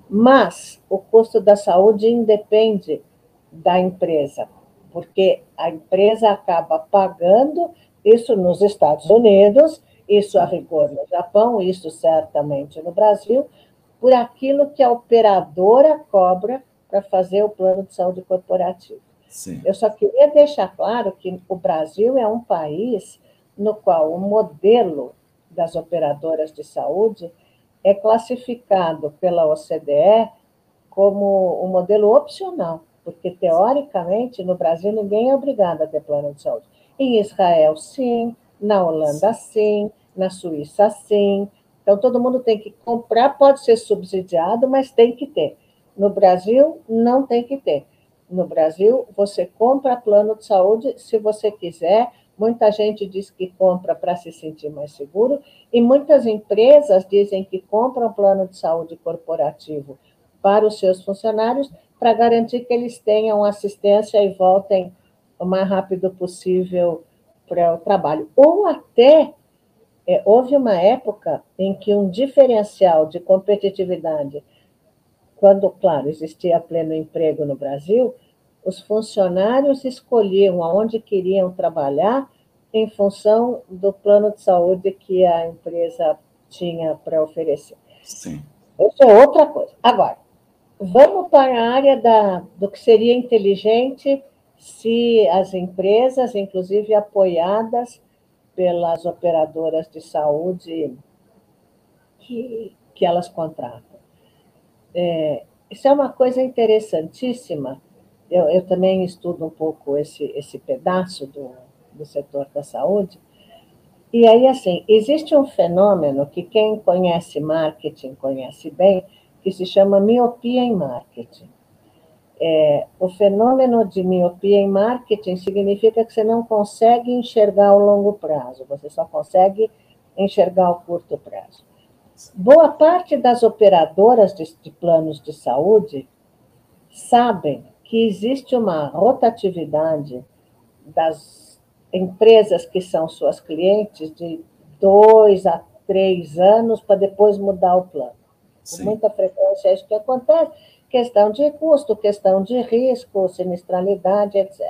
mas o custo da saúde independe da empresa, porque a empresa acaba pagando isso nos Estados Unidos, isso a rigor no Japão, isso certamente no Brasil, por aquilo que a operadora cobra para fazer o plano de saúde corporativo. Sim. Eu só queria deixar claro que o Brasil é um país no qual o modelo das operadoras de saúde é classificado pela OCDE como um modelo opcional, porque, teoricamente, no Brasil, ninguém é obrigado a ter plano de saúde. Em Israel, sim, na Holanda, sim, na Suíça, sim. Então, todo mundo tem que comprar, pode ser subsidiado, mas tem que ter. No Brasil, não tem que ter. No Brasil, você compra plano de saúde se você quiser. Muita gente diz que compra para se sentir mais seguro, e muitas empresas dizem que compram plano de saúde corporativo para os seus funcionários, para garantir que eles tenham assistência e voltem o mais rápido possível para o trabalho. Ou até, houve uma época em que um diferencial de competitividade, quando, claro, existia pleno emprego no Brasil, os funcionários escolhiam aonde queriam trabalhar em função do plano de saúde que a empresa tinha para oferecer. Sim. Isso é outra coisa. Agora, vamos para a área do que seria inteligente se as empresas, inclusive apoiadas pelas operadoras de saúde que elas contratam. Isso é uma coisa interessantíssima. Eu também estudo um pouco esse pedaço do setor da saúde. E aí, assim, existe um fenômeno que quem conhece marketing conhece bem, que se chama miopia em marketing. O fenômeno de miopia em marketing significa que você não consegue enxergar o longo prazo, você só consegue enxergar o curto prazo. Boa parte das operadoras de planos de saúde sabem que existe uma rotatividade das empresas que são suas clientes de 2 a 3 anos para depois mudar o plano. Sim. Com muita frequência é isso que acontece, questão de custo, questão de risco, sinistralidade, etc.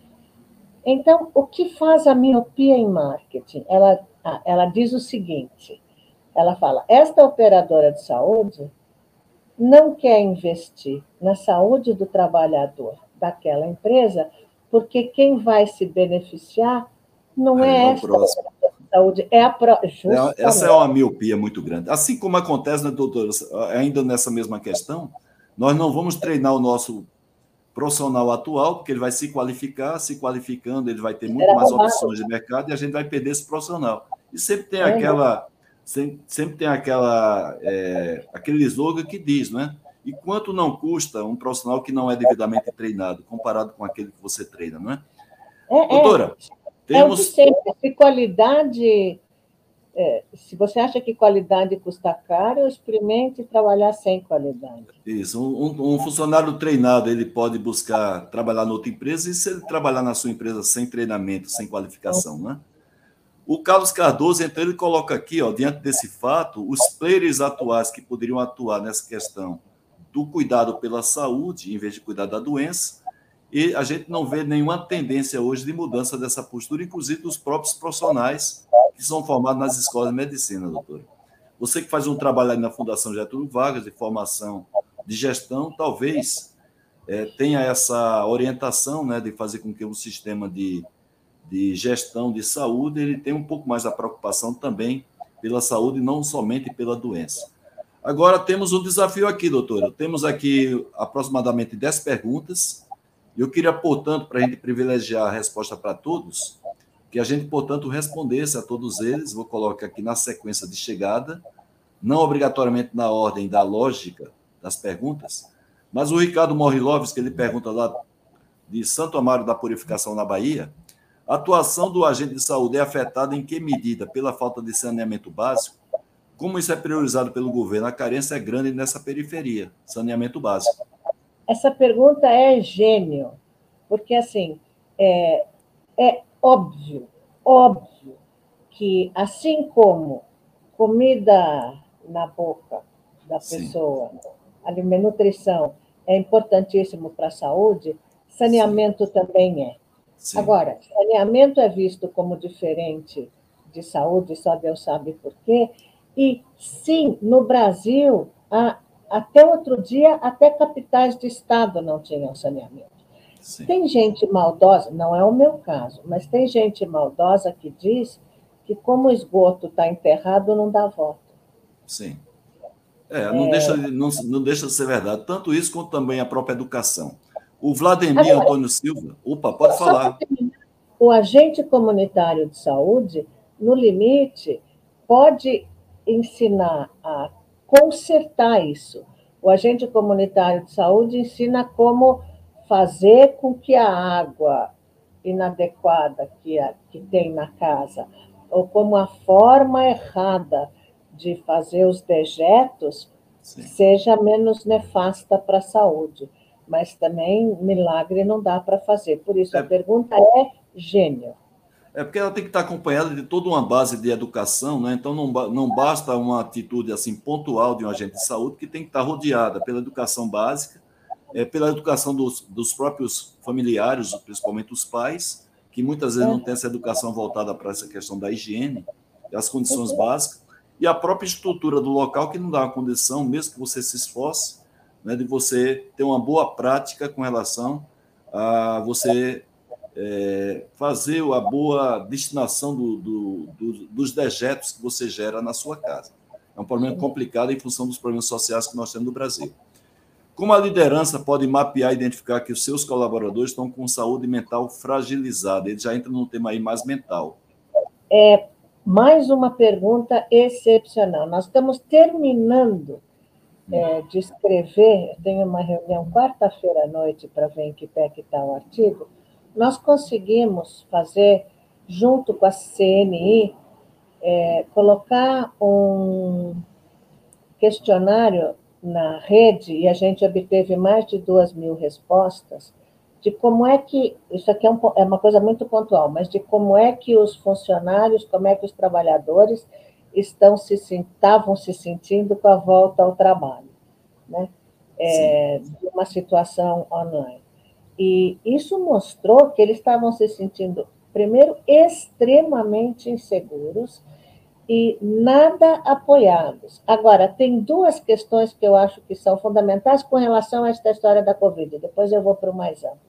Então, o que faz a miopia em marketing? Ela diz o seguinte, ela fala, esta operadora de saúde não quer investir na saúde do trabalhador daquela empresa, porque quem vai se beneficiar não é esta operadora de saúde, é a justamente. Essa é uma miopia muito grande. Assim como acontece, né, doutora, ainda nessa mesma questão, nós não vamos treinar o nosso profissional atual, porque ele vai se qualificar, se qualificando, ele vai ter muito mais opções de mercado e a gente vai perder esse profissional. E sempre tem aquele slogan que diz, né? E quanto não custa um profissional que não é devidamente treinado, comparado com aquele que você treina, não é? Doutora, temos... o de sempre. Se qualidade... se você acha que qualidade custa caro, experimente trabalhar sem qualidade. Isso. Um funcionário treinado, ele pode buscar trabalhar em outra empresa, e se ele trabalhar na sua empresa sem treinamento, sem qualificação, né? O Carlos Cardoso, então, ele coloca aqui, ó, diante desse fato, os players atuais que poderiam atuar nessa questão do cuidado pela saúde, em vez de cuidar da doença, e a gente não vê nenhuma tendência hoje de mudança dessa postura, inclusive dos próprios profissionais que são formados nas escolas de medicina, doutora. Você que faz um trabalho aí na Fundação Getúlio Vargas, de formação de gestão, talvez tenha essa orientação, né, de fazer com que um sistema de gestão de saúde ele tenha um pouco mais da preocupação também pela saúde, não somente pela doença. Agora, temos um desafio aqui, doutora. Temos aqui aproximadamente 10 perguntas. Eu queria, portanto, para a gente privilegiar a resposta para todos, que a gente, portanto, respondesse a todos eles. Vou colocar aqui na sequência de chegada, não obrigatoriamente na ordem da lógica das perguntas, mas o Ricardo Morilovski, que ele pergunta lá de Santo Amaro da Purificação, na Bahia, a atuação do agente de saúde é afetada em que medida? Pela falta de saneamento básico? Como isso é priorizado pelo governo? A carência é grande nessa periferia, saneamento básico. Essa pergunta é gênio, porque, assim, é óbvio que, assim como comida na boca da pessoa, nutrição é importantíssimo para a saúde, saneamento também é. Sim. Agora, saneamento é visto como diferente de saúde, só Deus sabe por quê. E, sim, no Brasil, até outro dia, até capitais de estado não tinham saneamento. Sim. Tem gente maldosa, não é o meu caso, mas tem gente maldosa que diz que, como o esgoto está enterrado, não dá volta. Sim. Não deixa de ser verdade. Tanto isso quanto também a própria educação. O Vladimir Antônio Silva, pode falar. O agente comunitário de saúde, no limite, pode ensinar a consertar isso. O agente comunitário de saúde ensina como fazer com que a água inadequada que tem na casa, ou como a forma errada de fazer os dejetos, seja menos nefasta para a saúde. Mas também milagre não dá para fazer. Por isso, a pergunta é gênio. Porque ela tem que estar acompanhada de toda uma base de educação, né? Então não basta uma atitude assim pontual de um agente de saúde, que tem que estar rodeada pela educação básica, pela educação dos próprios familiares, principalmente os pais, que muitas vezes não têm essa educação voltada para essa questão da higiene e as condições básicas, e a própria estrutura do local, que não dá uma condição, mesmo que você se esforce, né, de você ter uma boa prática com relação a você fazer a boa destinação dos dejetos que você gera na sua casa. É um problema complicado em função dos problemas sociais que nós temos no Brasil. Como a liderança pode mapear e identificar que os seus colaboradores estão com saúde mental fragilizada? Ele já entra num tema aí mais mental. Mais uma pergunta excepcional. Nós estamos terminando de escrever, eu tenho uma reunião quarta-feira à noite para ver em que pé que está o artigo. Nós conseguimos fazer, junto com a CNI, colocar um questionário na rede, e a gente obteve mais de 2.000 respostas, de como é que, isso aqui é uma coisa muito pontual, mas de como é que os funcionários, como é que os trabalhadores estavam se sentindo com a volta ao trabalho, né? De uma situação online. E isso mostrou que eles estavam se sentindo, primeiro, extremamente inseguros e nada apoiados. Agora, tem duas questões que eu acho que são fundamentais com relação a esta história da Covid. Depois eu vou para o mais amplo.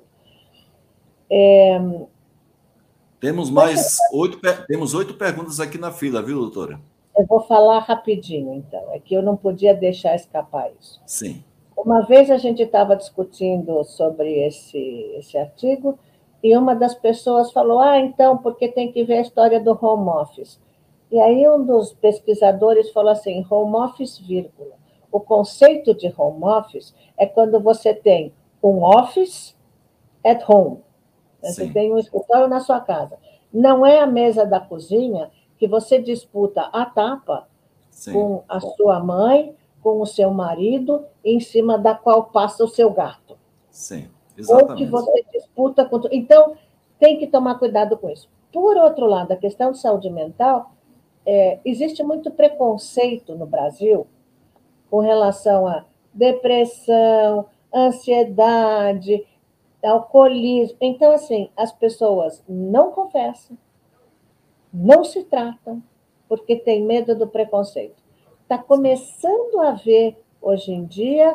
Temos temos 8 perguntas aqui na fila, viu, doutora? Eu vou falar rapidinho, então. É que eu não podia deixar escapar isso. Sim. Uma vez a gente estava discutindo sobre esse artigo e uma das pessoas falou, então, porque tem que ver a história do home office. E aí um dos pesquisadores falou assim, home office, vírgula. O conceito de home office é quando você tem um office at home. Você tem um escritório na sua casa. Não é a mesa da cozinha que você disputa a tapa com a sua mãe, com o seu marido, em cima da qual passa o seu gato. Sim, exatamente. Ou que você disputa com... Então, tem que tomar cuidado com isso. Por outro lado, a questão de saúde mental, existe muito preconceito no Brasil com relação a depressão, ansiedade, alcoolismo. Então, assim, as pessoas não confessam, não se tratam, porque tem medo do preconceito. Está começando a haver, hoje em dia,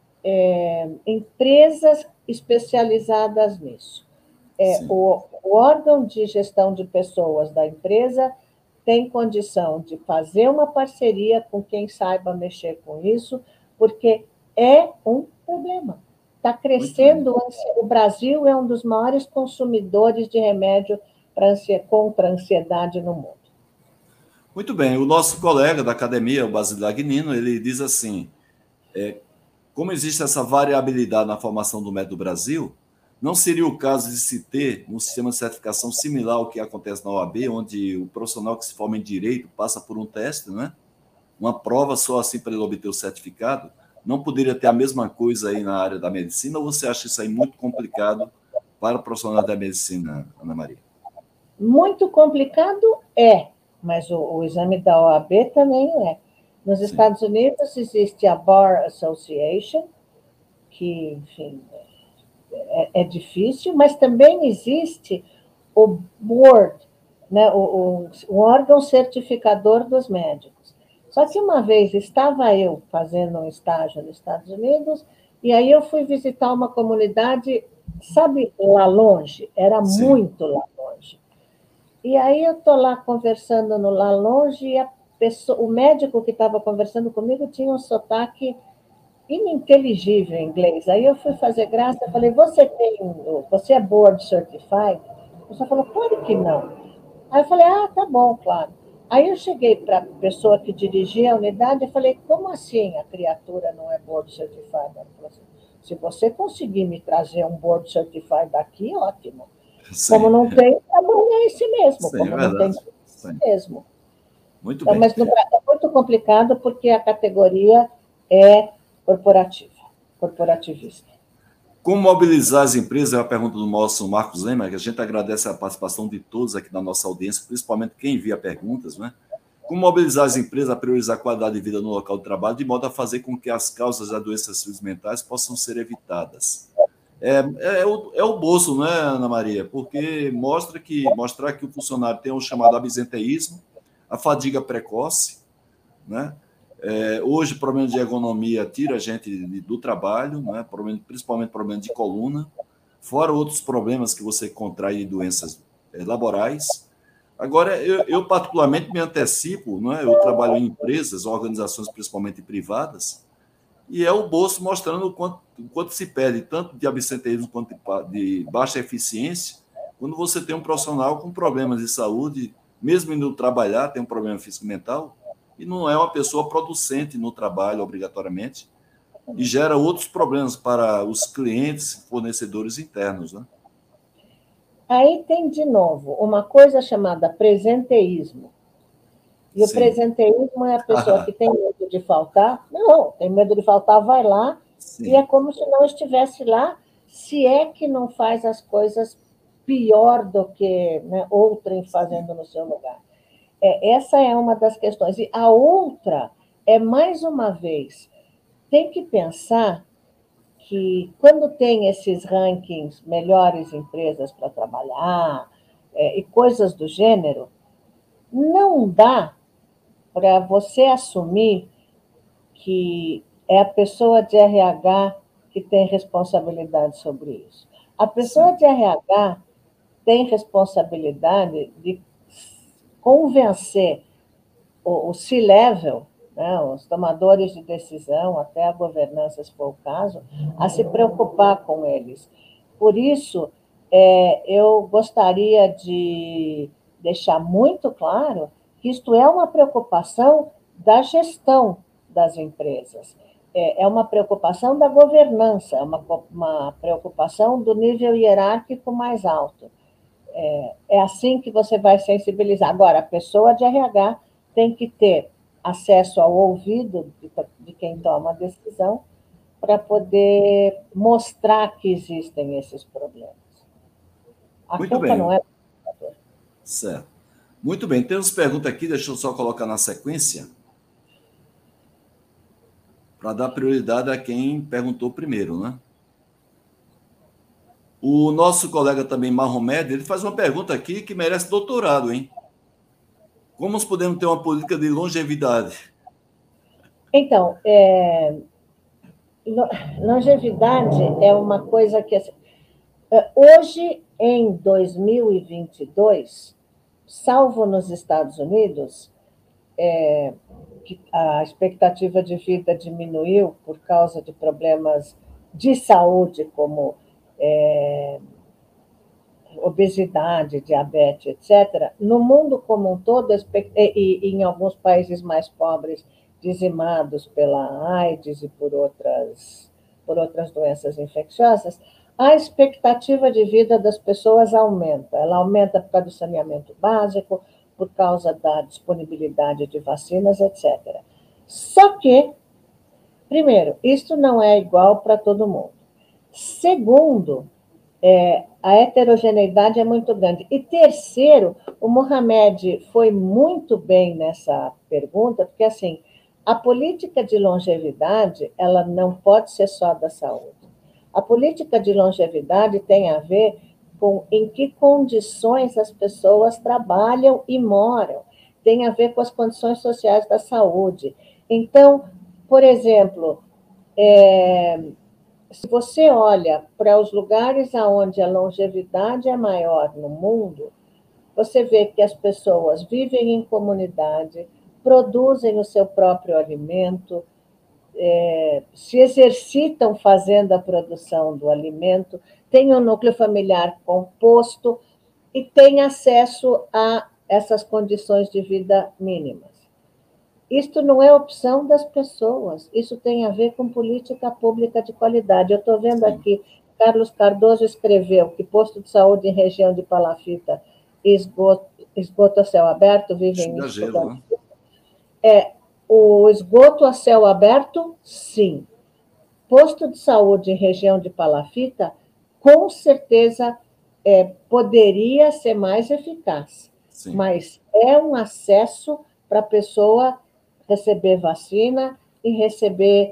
empresas especializadas nisso. O órgão de gestão de pessoas da empresa tem condição de fazer uma parceria com quem saiba mexer com isso, porque é um problema. Está crescendo, o Brasil é um dos maiores consumidores de remédio contra a ansiedade no mundo. Muito bem. O nosso colega da academia, o Basílio Agnino, ele diz assim, como existe essa variabilidade na formação do médico do Brasil, não seria o caso de se ter um sistema de certificação similar ao que acontece na OAB, onde o profissional que se forma em direito passa por um teste, não é? Uma prova só assim para ele obter o certificado? Não poderia ter a mesma coisa aí na área da medicina, ou você acha isso aí muito complicado para o profissional da medicina, Ana Maria? Muito complicado mas o exame da OAB também é. Nos Estados Unidos existe a Bar Association, que, enfim, é difícil, mas também existe o board, né, o órgão certificador dos médicos. Só que uma vez estava eu fazendo um estágio nos Estados Unidos, e aí eu fui visitar uma comunidade, sabe, lá longe, era muito lá longe. E aí eu estou lá conversando no lá longe, e o médico que estava conversando comigo tinha um sotaque ininteligível em inglês. Aí eu fui fazer graça, eu falei, você é board certified? A pessoa falou, claro que não. Aí eu falei, tá bom, claro. Aí eu cheguei para a pessoa que dirigia a unidade e falei, como assim a criatura não é board certified? Ela falou assim, se você conseguir me trazer um board certified daqui, ótimo. Sim. Como não tem, a bom é esse mesmo. Sim, como não tem, é esse mesmo. Muito então, bem. Mas no Brasil é muito complicado porque a categoria é corporativista. Como mobilizar as empresas? É a pergunta do nosso Marcos Lema, que a gente agradece a participação de todos aqui da nossa audiência, principalmente quem envia perguntas, né? Como mobilizar as empresas a priorizar a qualidade de vida no local de trabalho, de modo a fazer com que as causas das doenças mentais possam ser evitadas? É o bolso, né, Ana Maria? Porque mostrar que o funcionário tem o chamado absenteísmo, a fadiga precoce, né? Hoje, problema de ergonomia tira a gente do trabalho, né? Principalmente problema de coluna, fora outros problemas que você contrai de doenças laborais. Agora, eu particularmente me antecipo, né? Eu trabalho em empresas, organizações principalmente privadas, e é o bolso mostrando o quanto se perde, tanto de absenteísmo quanto de baixa eficiência, quando você tem um profissional com problemas de saúde, mesmo indo trabalhar, tem um problema físico-mental, e não é uma pessoa producente no trabalho, obrigatoriamente, e gera outros problemas para os clientes, fornecedores internos, né? Aí tem, de novo, uma coisa chamada presenteísmo. E o presenteísmo é a pessoa que tem medo de faltar. Não, tem medo de faltar, vai lá. Sim. E é como se não estivesse lá, se é que não faz as coisas pior do que, né, outrem fazendo no seu lugar. Essa é uma das questões. E a outra é, mais uma vez, tem que pensar que quando tem esses rankings, melhores empresas para trabalhar, e coisas do gênero, não dá para você assumir que é a pessoa de RH que tem responsabilidade sobre isso. A pessoa de RH tem responsabilidade de convencer o C-level, né, os tomadores de decisão, até a governança, se for o caso, a se preocupar com eles. Por isso, eu gostaria de deixar muito claro que isto é uma preocupação da gestão das empresas, é uma preocupação da governança, é uma preocupação do nível hierárquico mais alto. É assim que você vai sensibilizar. Agora, a pessoa de RH tem que ter acesso ao ouvido de quem toma a decisão para poder mostrar que existem esses problemas. A Muito culpa bem. não é do trabalhador. Certo. Muito bem. Temos pergunta aqui, deixa eu só colocar na sequência, para dar prioridade a quem perguntou primeiro, né? O nosso colega também, Mahomed, ele faz uma pergunta aqui que merece doutorado, hein? Como nós podemos ter uma política de longevidade? Então, longevidade é uma coisa que... Assim, hoje, em 2022, salvo nos Estados Unidos, que a expectativa de vida diminuiu por causa de problemas de saúde, como obesidade, diabetes, etc., no mundo como um todo, e em alguns países mais pobres, dizimados pela AIDS e por outras doenças infecciosas, a expectativa de vida das pessoas aumenta. Ela aumenta por causa do saneamento básico, por causa da disponibilidade de vacinas, etc. Só que, primeiro, isso não é igual para todo mundo. Segundo, a heterogeneidade é muito grande. E terceiro, o Mohamed foi muito bem nessa pergunta, porque assim, a política de longevidade, ela não pode ser só da saúde. A política de longevidade tem a ver com em que condições as pessoas trabalham e moram, tem a ver com as condições sociais da saúde. Então, por exemplo, se você olha para os lugares onde a longevidade é maior no mundo, você vê que as pessoas vivem em comunidade, produzem o seu próprio alimento, se exercitam fazendo a produção do alimento, têm um núcleo familiar composto e têm acesso a essas condições de vida mínimas. Isto não é opção das pessoas, isso tem a ver com política pública de qualidade. Eu estou vendo aqui, Carlos Cardoso escreveu que posto de saúde em região de palafita e esgoto a céu aberto vivem em dificuldade. O esgoto a céu aberto, sim. Posto de saúde em região de palafita, com certeza poderia ser mais eficaz, sim. Mas é um acesso para a pessoa receber vacina e receber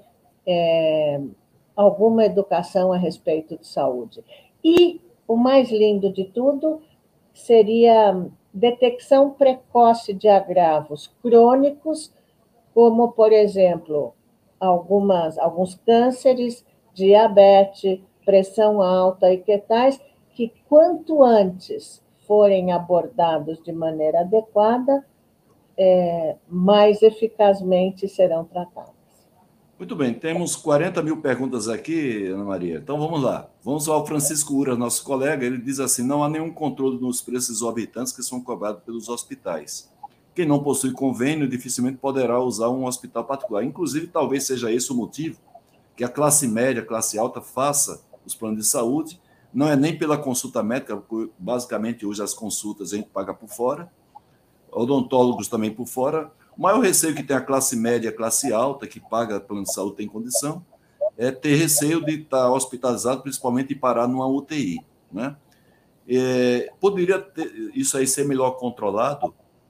alguma educação a respeito de saúde. E o mais lindo de tudo seria detecção precoce de agravos crônicos, como, por exemplo, alguns cânceres, diabetes, pressão alta e que tais, que quanto antes forem abordados de maneira adequada, mais eficazmente serão tratadas. Muito bem, temos 40 mil perguntas aqui, Ana Maria. Então vamos lá. Vamos ao Francisco Ura, nosso colega. Ele diz assim: não há nenhum controle nos preços exorbitantes que são cobrados pelos hospitais. Quem não possui convênio dificilmente poderá usar um hospital particular. Inclusive, talvez seja esse o motivo que a classe média, a classe alta, faça os planos de saúde. Não é nem pela consulta médica, porque basicamente hoje as consultas a gente paga por fora, odontólogos também por fora. O maior receio que tem a classe média, a classe alta, que paga plano de saúde, tem condição, é ter receio de estar hospitalizado, principalmente e parar numa UTI. Né? Poderia isso aí ser melhor controlado?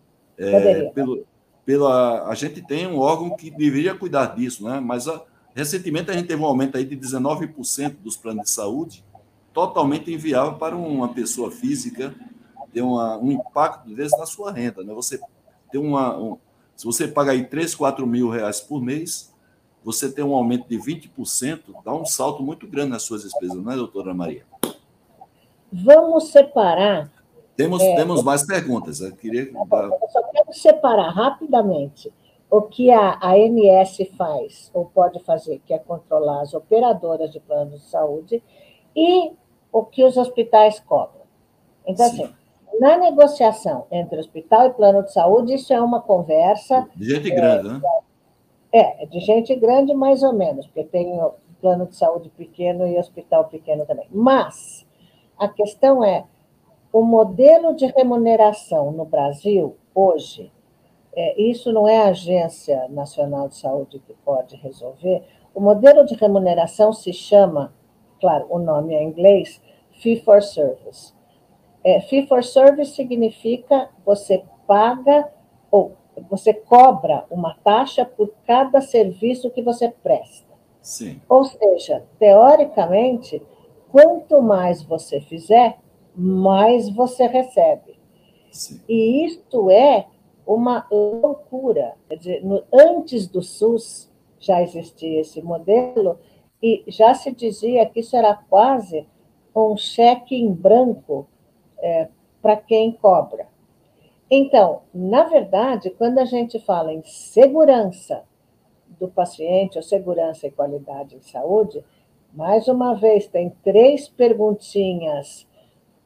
A gente tem um órgão que deveria cuidar disso, né? Mas recentemente a gente teve um aumento aí de 19% dos planos de saúde, totalmente inviável para uma pessoa física ter um impacto desse na sua renda. Né? Você tem se você paga aí 3, 4 mil reais por mês, você tem um aumento de 20%, dá um salto muito grande nas suas despesas, não é, doutora Maria? Vamos separar... Temos mais perguntas. Eu só quero separar rapidamente o que a ANS faz, ou pode fazer, que é controlar as operadoras de planos de saúde, e o que os hospitais cobram. Então, sim, assim, na negociação entre hospital e plano de saúde, isso é uma conversa... De gente grande, né? De gente grande, mais ou menos, porque tem plano de saúde pequeno e hospital pequeno também. Mas a questão é, o modelo de remuneração no Brasil, hoje, isso não é a Agência Nacional de Saúde que pode resolver, o modelo de remuneração se chama, claro, o nome é em inglês, Fee for Service. Fee for Service significa você paga ou você cobra uma taxa por cada serviço que você presta. Sim. Ou seja, teoricamente, quanto mais você fizer, mais você recebe. Sim. E isto é uma loucura. Quer dizer, antes do SUS já existia esse modelo e já se dizia que isso era quase um cheque em branco para quem cobra. Então, na verdade, quando a gente fala em segurança do paciente, ou segurança e qualidade de saúde, mais uma vez, tem 3 perguntinhas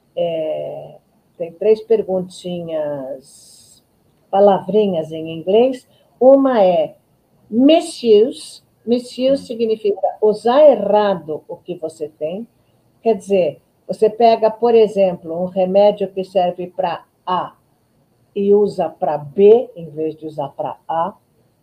Tem 3 perguntinhas, palavrinhas em inglês. Uma é misuse. Misuse significa usar errado o que você tem. Quer dizer, você pega, por exemplo, um remédio que serve para A e usa para B, em vez de usar para A.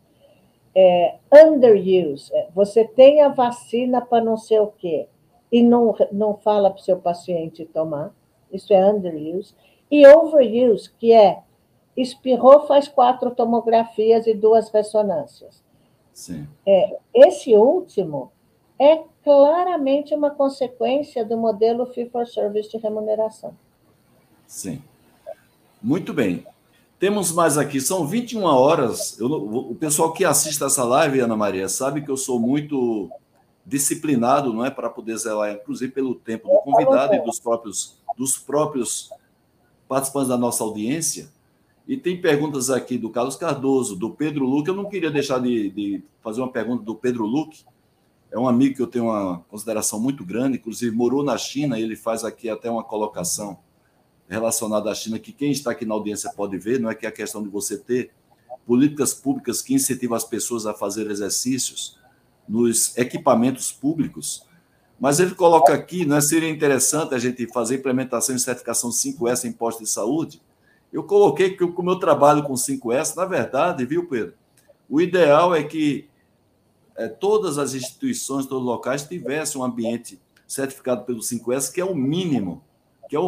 Underuse, você tem a vacina para não sei o quê, e não fala para o seu paciente tomar. Isso é underuse. E overuse, que é espirrou, faz 4 tomografias e 2 ressonâncias. Sim. Esse último é claramente uma consequência do modelo fee-for-service de remuneração. Sim. Muito bem. Temos mais aqui, são 21 horas. O pessoal que assiste essa live, Ana Maria, sabe que eu sou muito disciplinado, não é, para poder zelar, inclusive, pelo tempo do convidado e dos próprios participantes da nossa audiência. E tem perguntas aqui do Carlos Cardoso, do Pedro Luque. Eu não queria deixar de fazer uma pergunta do Pedro Luque. É um amigo que eu tenho uma consideração muito grande, inclusive morou na China, e ele faz aqui até uma colocação relacionada à China, que quem está aqui na audiência pode ver, não é que é a questão de você ter políticas públicas que incentivam as pessoas a fazer exercícios nos equipamentos públicos. Mas ele coloca aqui, né, seria interessante a gente fazer implementação e certificação 5S em postos de saúde. Eu coloquei que o meu trabalho com 5S, na verdade, viu, Pedro? O ideal é que todas as instituições, todos os locais tivessem um ambiente certificado pelo 5S, que é o mínimo que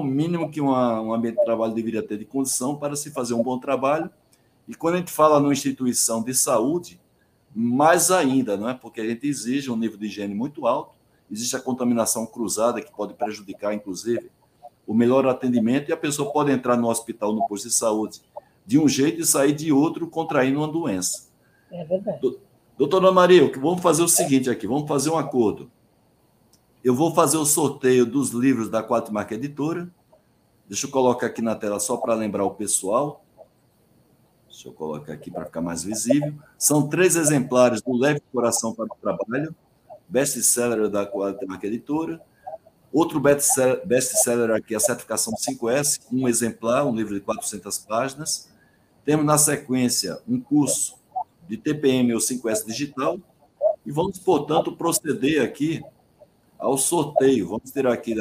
um ambiente de trabalho deveria ter de condição para se fazer um bom trabalho. E quando a gente fala numa instituição de saúde, mais ainda, não é? Porque a gente exige um nível de higiene muito alto, existe a contaminação cruzada que pode prejudicar, inclusive, o melhor atendimento, e a pessoa pode entrar no hospital, no posto de saúde, de um jeito e sair de outro, contraindo uma doença. É verdade. Doutora Maria, vamos fazer o seguinte aqui, vamos fazer um acordo. Eu vou fazer o sorteio dos livros da Quatro-Marca Editora. Deixa eu colocar aqui na tela só para lembrar o pessoal. Deixa eu colocar aqui para ficar mais visível. São 3 exemplares do Leve Coração para o Trabalho, best-seller da Quatro-Marca Editora. Outro best-seller aqui, a certificação 5S, um exemplar, um livro de 400 páginas. Temos, na sequência, um curso de TPM ou 5S digital. E vamos, portanto, proceder aqui ao sorteio. Vamos tirar aqui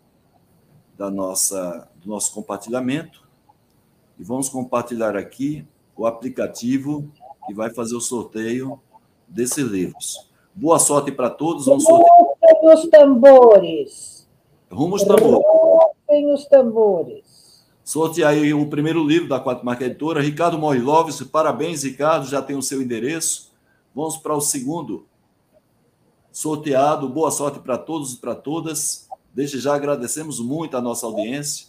do nosso compartilhamento e vamos compartilhar aqui o aplicativo que vai fazer o sorteio desses livros. Boa sorte para todos. Vamos sortear. Os tambores. Rumo aos tambores. Tem os tambores. Sortear aí o primeiro livro da Quatro-Marca Editora. Ricardo Moiloves, parabéns, Ricardo, já tem o seu endereço. Vamos para o segundo sorteado. Boa sorte para todos e para todas. Desde já agradecemos muito a nossa audiência.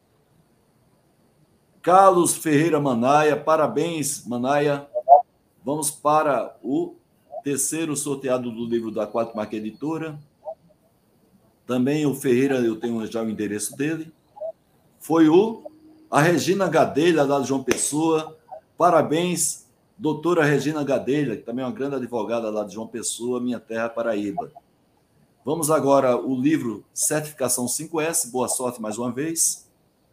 Carlos Ferreira Manaia, parabéns, Manaia. Vamos para o terceiro sorteado do livro da Quatro-Marca Editora. Também o Ferreira, eu tenho já o endereço dele. Foi a Regina Gadelha, lá de João Pessoa. Parabéns, doutora Regina Gadelha, que também é uma grande advogada lá de João Pessoa, minha terra, Paraíba. Vamos agora o livro Certificação 5S. Boa sorte mais uma vez.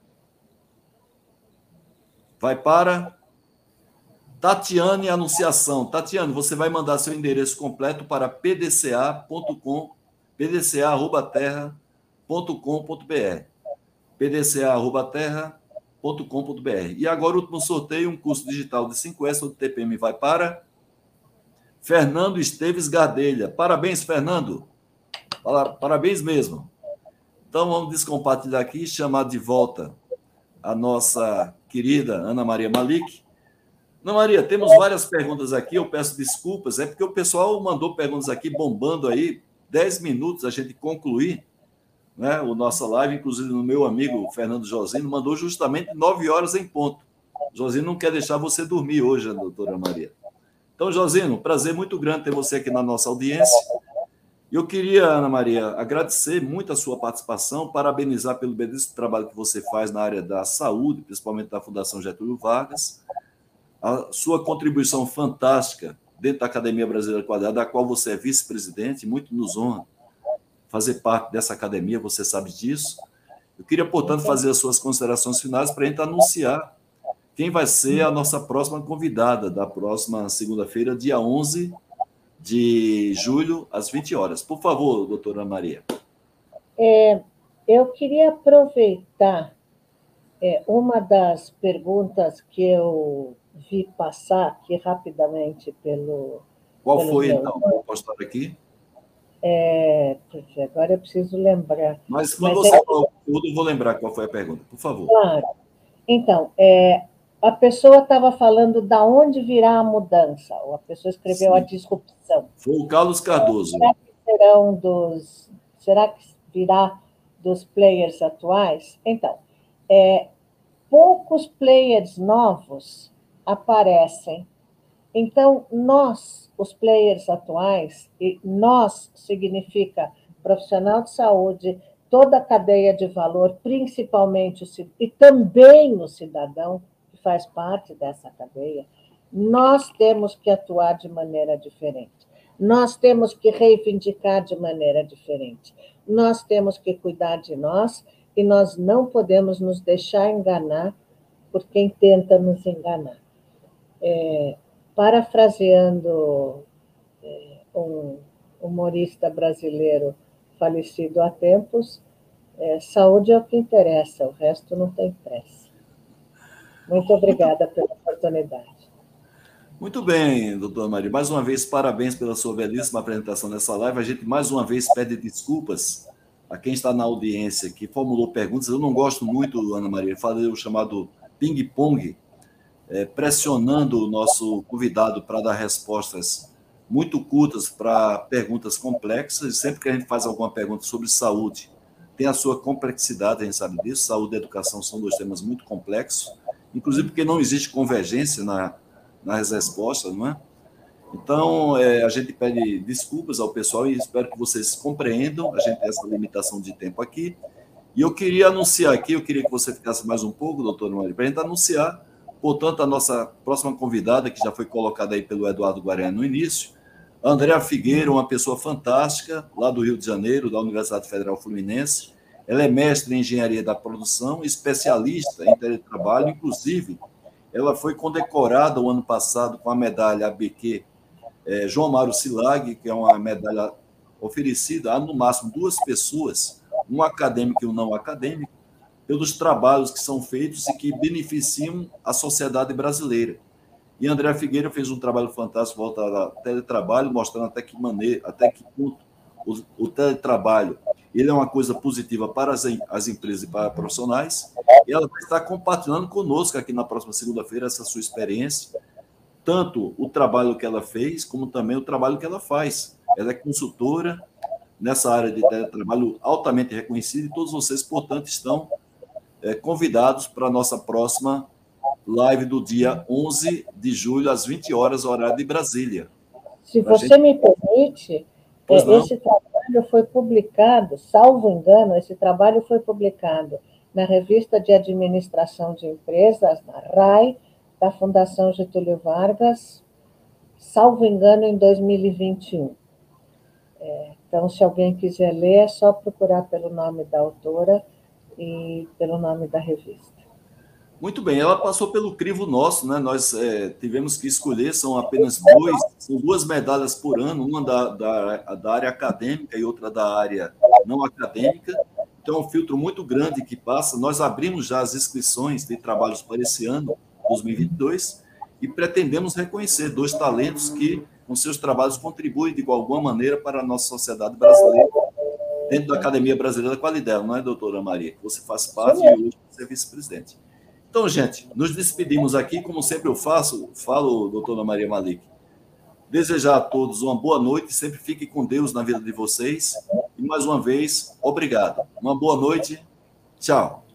Vai para Tatiane Anunciação. Tatiane, você vai mandar seu endereço completo para pdca.com, pdca@terra.com.br. pdca@terra.com.br. E agora o último sorteio, um curso digital de 5S ou de TPM vai para Fernando Esteves Gadelha. Parabéns, Fernando. Parabéns mesmo. Então vamos descompartilhar aqui e chamar de volta a nossa querida Ana Maria Malik. Ana Maria, temos várias perguntas aqui, eu peço desculpas, é porque o pessoal mandou perguntas aqui bombando aí, 10 minutos a gente concluir, né, o nossa live, inclusive o meu amigo Fernando Josino mandou justamente 9 horas em ponto. Josino não quer deixar você dormir hoje, doutora Maria. Então, Josino, prazer muito grande ter você aqui na nossa audiência. Eu queria, Ana Maria, agradecer muito a sua participação, parabenizar pelo belíssimo trabalho que você faz na área da saúde, principalmente da Fundação Getúlio Vargas, a sua contribuição fantástica dentro da Academia Brasileira de Qualidade, da qual você é vice-presidente, muito nos honra fazer parte dessa academia, você sabe disso. Eu queria, portanto, fazer as suas considerações finais para a gente anunciar quem vai ser a nossa próxima convidada da próxima segunda-feira, dia 11 de julho, às 20 horas. Por favor, doutora Maria. Eu queria aproveitar uma das perguntas que eu vi passar aqui rapidamente pelo... Qual foi, então? Eu posso estar aqui? Porque agora eu preciso lembrar. Mas quando você falar tudo, eu vou lembrar qual foi a pergunta, por favor. Claro. Então, a pessoa estava falando da onde virá a mudança, ou a pessoa escreveu a disrupção. Foi o Carlos Cardoso. Será que virá dos players atuais? Então, poucos players novos aparecem. Então, nós, os players atuais, e nós significa profissional de saúde, toda a cadeia de valor, principalmente e também o cidadão, que faz parte dessa cadeia, nós temos que atuar de maneira diferente. Nós temos que reivindicar de maneira diferente. Nós temos que cuidar de nós e nós não podemos nos deixar enganar por quem tenta nos enganar. Parafraseando um humorista brasileiro falecido há tempos, saúde é o que interessa, o resto não tem pressa. Muito obrigada pela oportunidade. Muito bem, doutora Maria. Mais uma vez, parabéns pela sua belíssima apresentação nessa live. A gente, mais uma vez, pede desculpas a quem está na audiência, que formulou perguntas. Eu não gosto muito, Ana Maria, falei o chamado ping-pong, pressionando o nosso convidado para dar respostas muito curtas para perguntas complexas. E sempre que a gente faz alguma pergunta sobre saúde, tem a sua complexidade, a gente sabe disso. Saúde e educação são dois temas muito complexos, inclusive porque não existe convergência nas respostas, não é? Então, a gente pede desculpas ao pessoal e espero que vocês compreendam. A gente tem essa limitação de tempo aqui. E eu queria anunciar aqui, eu queria que você ficasse mais um pouco, doutora Maria, para a gente anunciar, portanto, a nossa próxima convidada, que já foi colocada aí pelo Eduardo Guarani no início, a Andréa Figueira, uma pessoa fantástica, lá do Rio de Janeiro, da Universidade Federal Fluminense. Ela é mestre em engenharia da produção, especialista em teletrabalho, inclusive, ela foi condecorada o ano passado com a medalha ABQ João Mário Silag, que é uma medalha oferecida a, no máximo, 2 pessoas, um acadêmico e um não acadêmico, pelos trabalhos que são feitos e que beneficiam a sociedade brasileira. E Andréa Figueira fez um trabalho fantástico voltado ao teletrabalho, mostrando até que ponto o teletrabalho ele é uma coisa positiva para as empresas e para profissionais. E ela vai estar compartilhando conosco aqui na próxima segunda-feira essa sua experiência, tanto o trabalho que ela fez, como também o trabalho que ela faz. Ela é consultora nessa área de teletrabalho altamente reconhecida e todos vocês, portanto, estão convidados para a nossa próxima live do dia 11 de julho, às 20 horas, horário de Brasília. Se você me permite, esse trabalho foi publicado, salvo engano, esse trabalho foi publicado na Revista de Administração de Empresas, na RAI, da Fundação Getúlio Vargas, salvo engano, em 2021. Então, se alguém quiser ler, é só procurar pelo nome da autora e pelo nome da revista. Muito bem, ela passou pelo crivo nosso, né? Nós tivemos que escolher, são apenas 2 medalhas por ano, uma da área acadêmica e outra da área não acadêmica. Então, é um filtro muito grande que passa. Nós abrimos já as inscrições de trabalhos para esse ano, 2022, e pretendemos reconhecer 2 talentos que, com seus trabalhos, contribuem de alguma maneira para a nossa sociedade brasileira, dentro da Academia Brasileira da Qualidade, não é, doutora Maria? Que você faz parte e hoje você é vice-presidente. Então, gente, nos despedimos aqui, como sempre eu falo, doutora Maria Malik, desejar a todos uma boa noite, sempre fiquem com Deus na vida de vocês, e mais uma vez, obrigado. Uma boa noite, tchau.